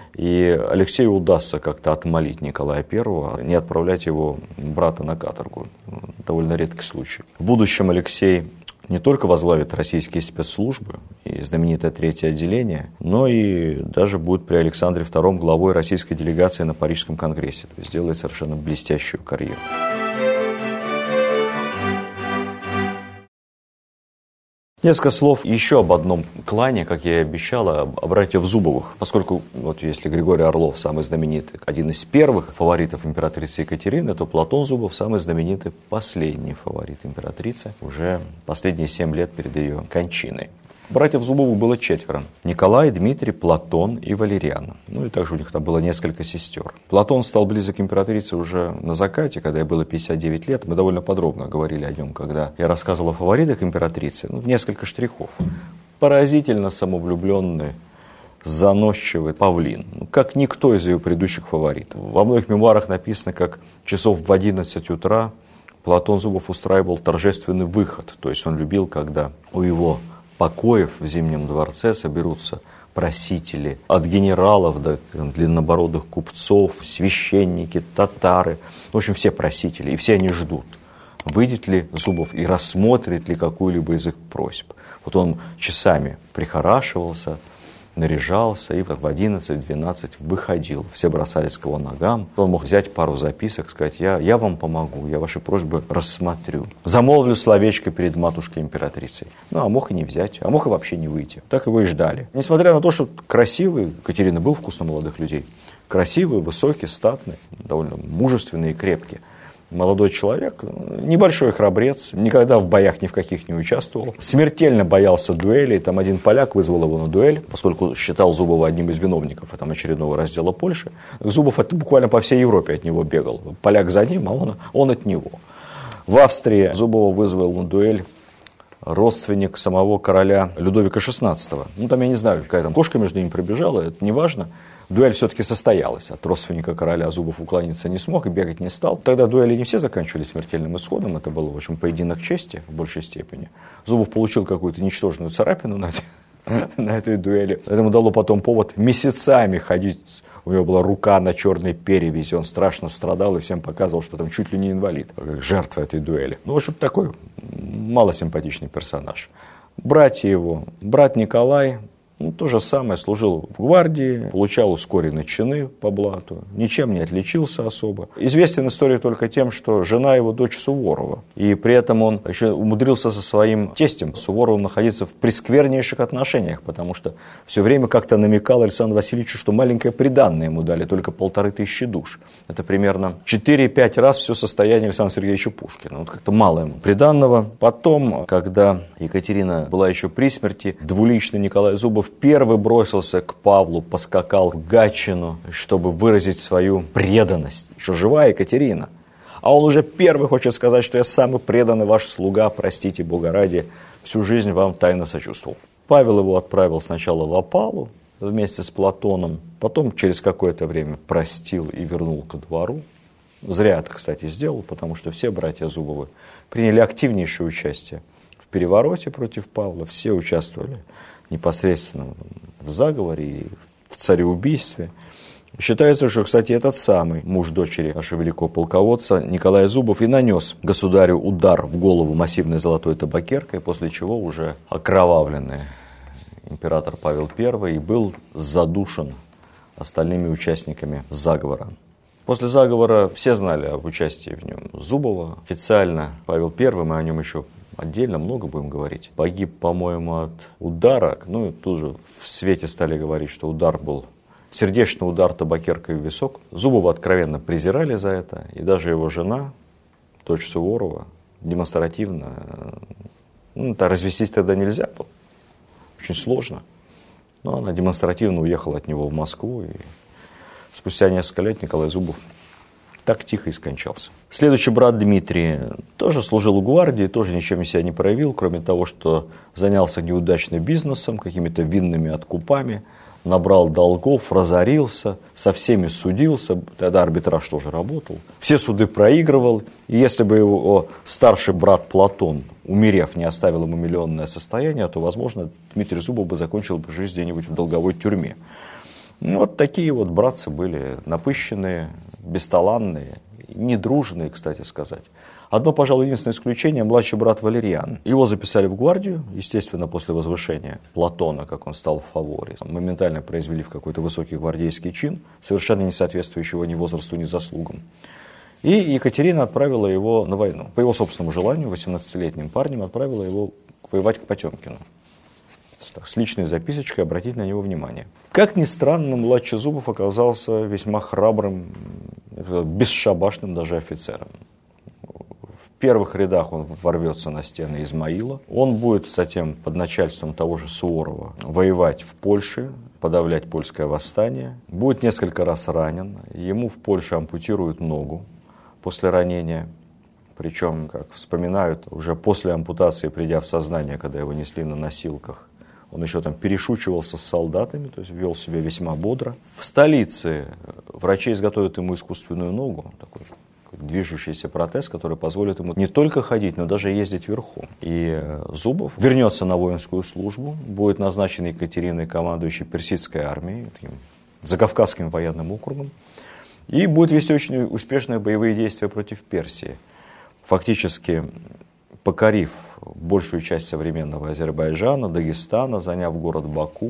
И Алексею удастся как-то отмолить Николая Первого, не отправлять его брата на каторгу. Довольно редкий случай. В будущем Алексей не только возглавит российские спецслужбы и знаменитое третье отделение, но и даже будет при Александре втором главой российской делегации на Парижском конгрессе. То есть сделает совершенно блестящую карьеру. Несколько слов еще об одном клане, как я и обещал, о братьев Зубовых. Поскольку, вот если Григорий Орлов самый знаменитый, один из первых фаворитов императрицы Екатерины, то Платон Зубов самый знаменитый последний фаворит императрицы, уже последние семь лет перед ее кончиной. Братьев Зубовых было четверо. Николай, Дмитрий, Платон и Валериан. Ну и также у них там было несколько сестер. Платон стал близок к императрице уже на закате, когда ей было пятьдесят девять лет. Мы довольно подробно говорили о нем, когда я рассказывал о фаворитах императрицы. Ну, несколько штрихов. Поразительно самовлюбленный, заносчивый павлин. Ну, как никто из ее предыдущих фаворитов. Во многих мемуарах написано, как часов в одиннадцать утра Платон Зубов устраивал торжественный выход. То есть он любил, когда у его покоев в Зимнем дворце соберутся просители от генералов до там, длиннобородых купцов, священники, татары. В общем, все просители, и все они ждут, выйдет ли Зубов и рассмотрит ли какую-либо из их просьб. Вот он часами прихорашивался, наряжался и в одиннадцать-двенадцать выходил. Все бросались к его ногам. Он мог взять пару записок, сказать: я, я вам помогу, я ваши просьбы рассмотрю. Замолвлю словечко перед матушкой императрицей. Ну, а мог и не взять, а мог и вообще не выйти. Так его и ждали. Несмотря на то, что красивый, Екатерина был вкус на молодых людей, красивый, высокий, статный, довольно мужественный и крепкий молодой человек, небольшой храбрец, никогда в боях ни в каких не участвовал, смертельно боялся дуэлей. Там один поляк вызвал его на дуэль, поскольку считал Зубова одним из виновников там, очередного раздела Польши. Зубов это буквально по всей Европе от него бегал. Поляк за ним, а он, он от него. В Австрии Зубова вызвал на дуэль родственник самого короля Людовика шестнадцатого. Ну, там, я не знаю, какая там кошка между ними пробежала, это не важно. Дуэль все-таки состоялась. От родственника короля Зубов уклониться не смог и бегать не стал. Тогда дуэли не все заканчивались смертельным исходом. Это был, в общем, поединок чести в большей степени. Зубов получил какую-то ничтожную царапину на, на этой дуэли. Это ему дало потом повод месяцами ходить. У него была рука на черной перевязи. Он страшно страдал и всем показывал, что там чуть ли не инвалид, как жертва этой дуэли. Ну, в общем, такой малосимпатичный персонаж. Братья его. Брат Николай. Ну, то же самое, служил в гвардии, получал ускоренные чины по блату, ничем не отличился особо. Известен история только тем, что жена его дочь Суворова. И при этом он еще умудрился со своим тестем Суворовым находиться в пресквернейших отношениях, потому что все время как-то намекал Александру Васильевичу, что маленькое приданное ему дали, только полторы тысячи душ. Это примерно четыре-пять раз все состояние Александра Сергеевича Пушкина. Вот как-то мало ему приданного. Потом, когда Екатерина была еще при смерти, двуличный Николай Зубов первый бросился к Павлу, поскакал в Гатчину, чтобы выразить свою преданность. Еще жива Екатерина. А он уже первый хочет сказать, что я самый преданный ваш слуга, простите Бога ради, всю жизнь вам тайно сочувствовал. Павел его отправил сначала в опалу вместе с Платоном, потом через какое-то время простил и вернул ко двору. Зря это, кстати, сделал, потому что все братья Зубовы приняли активнейшее участие в перевороте против Павла, все участвовали непосредственно в заговоре и в цареубийстве. Считается, что, кстати, этот самый муж дочери нашего великого полководца Николай Зубов и нанес государю удар в голову массивной золотой табакеркой, после чего уже окровавленный император Павел Первый был задушен остальными участниками заговора. После заговора все знали об участии в нем Зубова. Официально Павел Первый, мы о нем еще отдельно много будем говорить, погиб, по-моему, от удара. Ну, и тут же в свете стали говорить, что удар был сердечный удар табакеркой в висок. Зубова откровенно презирали за это. И даже его жена, дочь Суворова, демонстративно... Ну, это развестись тогда нельзя было. Очень сложно. Но она демонстративно уехала от него в Москву. И спустя несколько лет Николай Зубов так тихо и скончался. Следующий брат Дмитрий тоже служил в гвардии, тоже ничем себя не проявил, кроме того, что занялся неудачным бизнесом, какими-то винными откупами, набрал долгов, разорился, со всеми судился, тогда арбитраж тоже работал. Все суды проигрывал, и если бы его старший брат Платон, умерев, не оставил ему миллионное состояние, то, возможно, Дмитрий Зубов бы закончил бы жизнь где-нибудь в долговой тюрьме. Ну, вот такие вот братцы были, напыщенные, бесталанные, недружные, кстати сказать. Одно, пожалуй, единственное исключение – младший брат Валериан. Его записали в гвардию, естественно, после возвышения Платона, как он стал в фаворе. Моментально произвели в какой-то высокий гвардейский чин, совершенно не соответствующего ни возрасту, ни заслугам. И Екатерина отправила его на войну. По его собственному желанию, восемнадцатилетним парнем отправила его воевать к Потемкину. С личной записочкой обратить на него внимание. Как ни странно, младший Зубов оказался весьма храбрым, бесшабашным даже офицером. В первых рядах он ворвется на стены Измаила. Он будет затем под начальством того же Суворова воевать в Польше, подавлять польское восстание. Будет несколько раз ранен. Ему в Польше ампутируют ногу после ранения. Причем, как вспоминают, уже после ампутации, придя в сознание, когда его несли на носилках, он еще там перешучивался с солдатами, то есть вел себя весьма бодро. В столице врачи изготовят ему искусственную ногу, такой движущийся протез, который позволит ему не только ходить, но даже ездить верхом. И Зубов вернется на воинскую службу, будет назначен Екатериной командующей персидской армией, таким Закавказским военным округом, и будет вести очень успешные боевые действия против Персии, фактически покорив большую часть современного Азербайджана, Дагестана, заняв город Баку.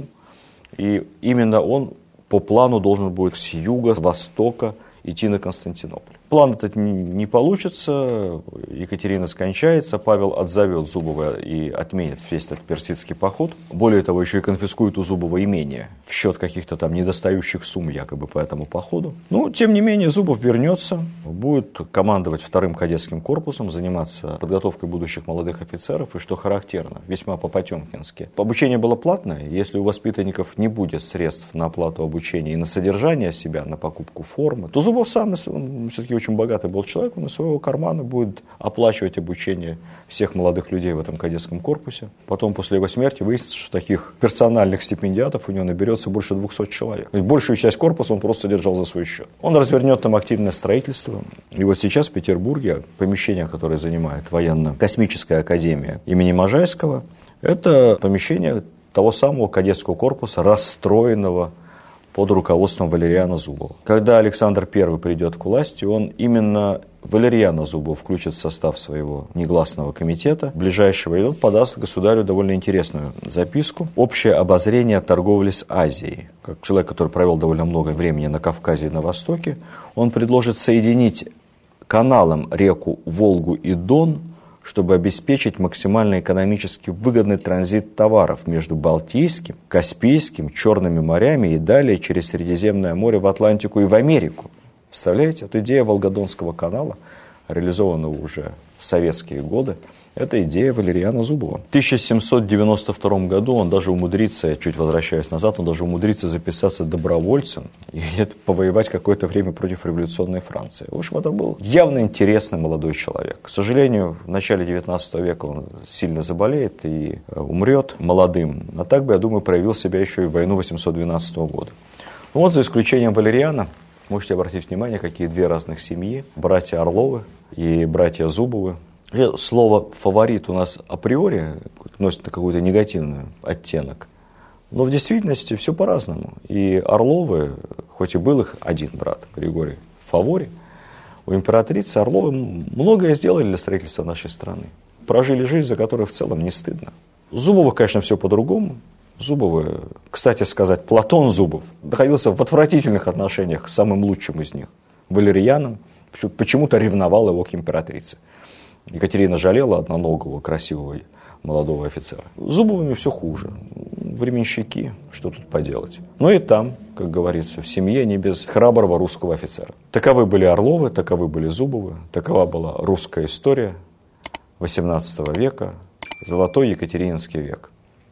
И именно он по плану должен будет с юга, с востока идти на Константинополь. План этот не получится, Екатерина скончается, Павел отзовет Зубова и отменит весь этот персидский поход. Более того, еще и конфискует у Зубова имение в счет каких-то там недостающих сумм якобы по этому походу. Но, тем не менее, Зубов вернется, будет командовать вторым кадетским корпусом, заниматься подготовкой будущих молодых офицеров, и, что характерно, весьма по-потемкински. Обучение было платное, если у воспитанников не будет средств на оплату обучения и на содержание себя, на покупку формы, то Зубов сам, он все-таки очень богатый был человек, он из своего кармана будет оплачивать обучение всех молодых людей в этом кадетском корпусе. Потом, после его смерти, выяснится, что таких персональных стипендиатов у него наберется больше двухсот человек. То есть большую часть корпуса он просто держал за свой счет. Он развернет там активное строительство. И вот сейчас в Петербурге помещение, которое занимает военно-космическая академия имени Можайского, это помещение того самого кадетского корпуса, расстроенного под руководством Валериана Зубова. Когда Александр Первый придет к власти, он именно Валериана Зубова включит в состав своего негласного комитета ближайшего, и он подаст государю довольно интересную записку «Общее обозрение торговли с Азией». Как человек, который провел довольно много времени на Кавказе и на Востоке, он предложит соединить каналом реку Волгу и Дон, чтобы обеспечить максимально экономически выгодный транзит товаров между Балтийским, Каспийским, Черными морями и далее через Средиземное море в Атлантику и в Америку. Представляете, эта идея Волгодонского канала, реализованного уже в советские годы, это идея Валериана Зубова. В тысяча семьсот девяносто втором году он даже умудрится, чуть возвращаясь назад, он даже умудрится записаться добровольцем и повоевать какое-то время против революционной Франции. В общем, это был явно интересный молодой человек. К сожалению, в начале девятнадцатого века он сильно заболеет и умрет молодым. А так бы, я думаю, проявил себя еще и в войну восемьсот двенадцатого года. Ну вот, за исключением Валериана, можете обратить внимание, какие две разных семьи. Братья Орловы и братья Зубовы. Слово «фаворит» у нас априори носит какой-то негативный оттенок. Но в действительности все по-разному. И Орловы, хоть и был их один брат, Григорий в фаворе, у императрицы Орловы многое сделали для строительства нашей страны. Прожили жизнь, за которой в целом не стыдно. У Зубовых, конечно, все по-другому. Зубовы, кстати сказать, Платон Зубов находился в отвратительных отношениях с самым лучшим из них, Валерианом. Почему-то ревновал его к императрице. Екатерина жалела одноногого, красивого молодого офицера. С Зубовыми все хуже. Временщики, что тут поделать. Но и там, как говорится, в семье не без храброго русского офицера. Таковы были Орловы, таковы были Зубовы, такова была русская история восемнадцатого века, золотой екатерининский век.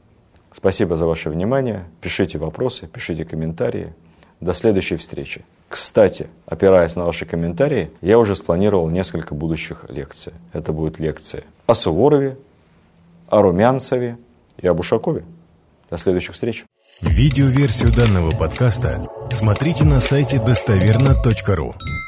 Спасибо за ваше внимание. Пишите вопросы, пишите комментарии. До следующей встречи. Кстати, опираясь на ваши комментарии, я уже спланировал несколько будущих лекций. Это будут лекции о Суворове, о Румянцеве и об Ушакове. До следующих встреч. Видеоверсию данного подкаста смотрите на сайте достоверно точка ру.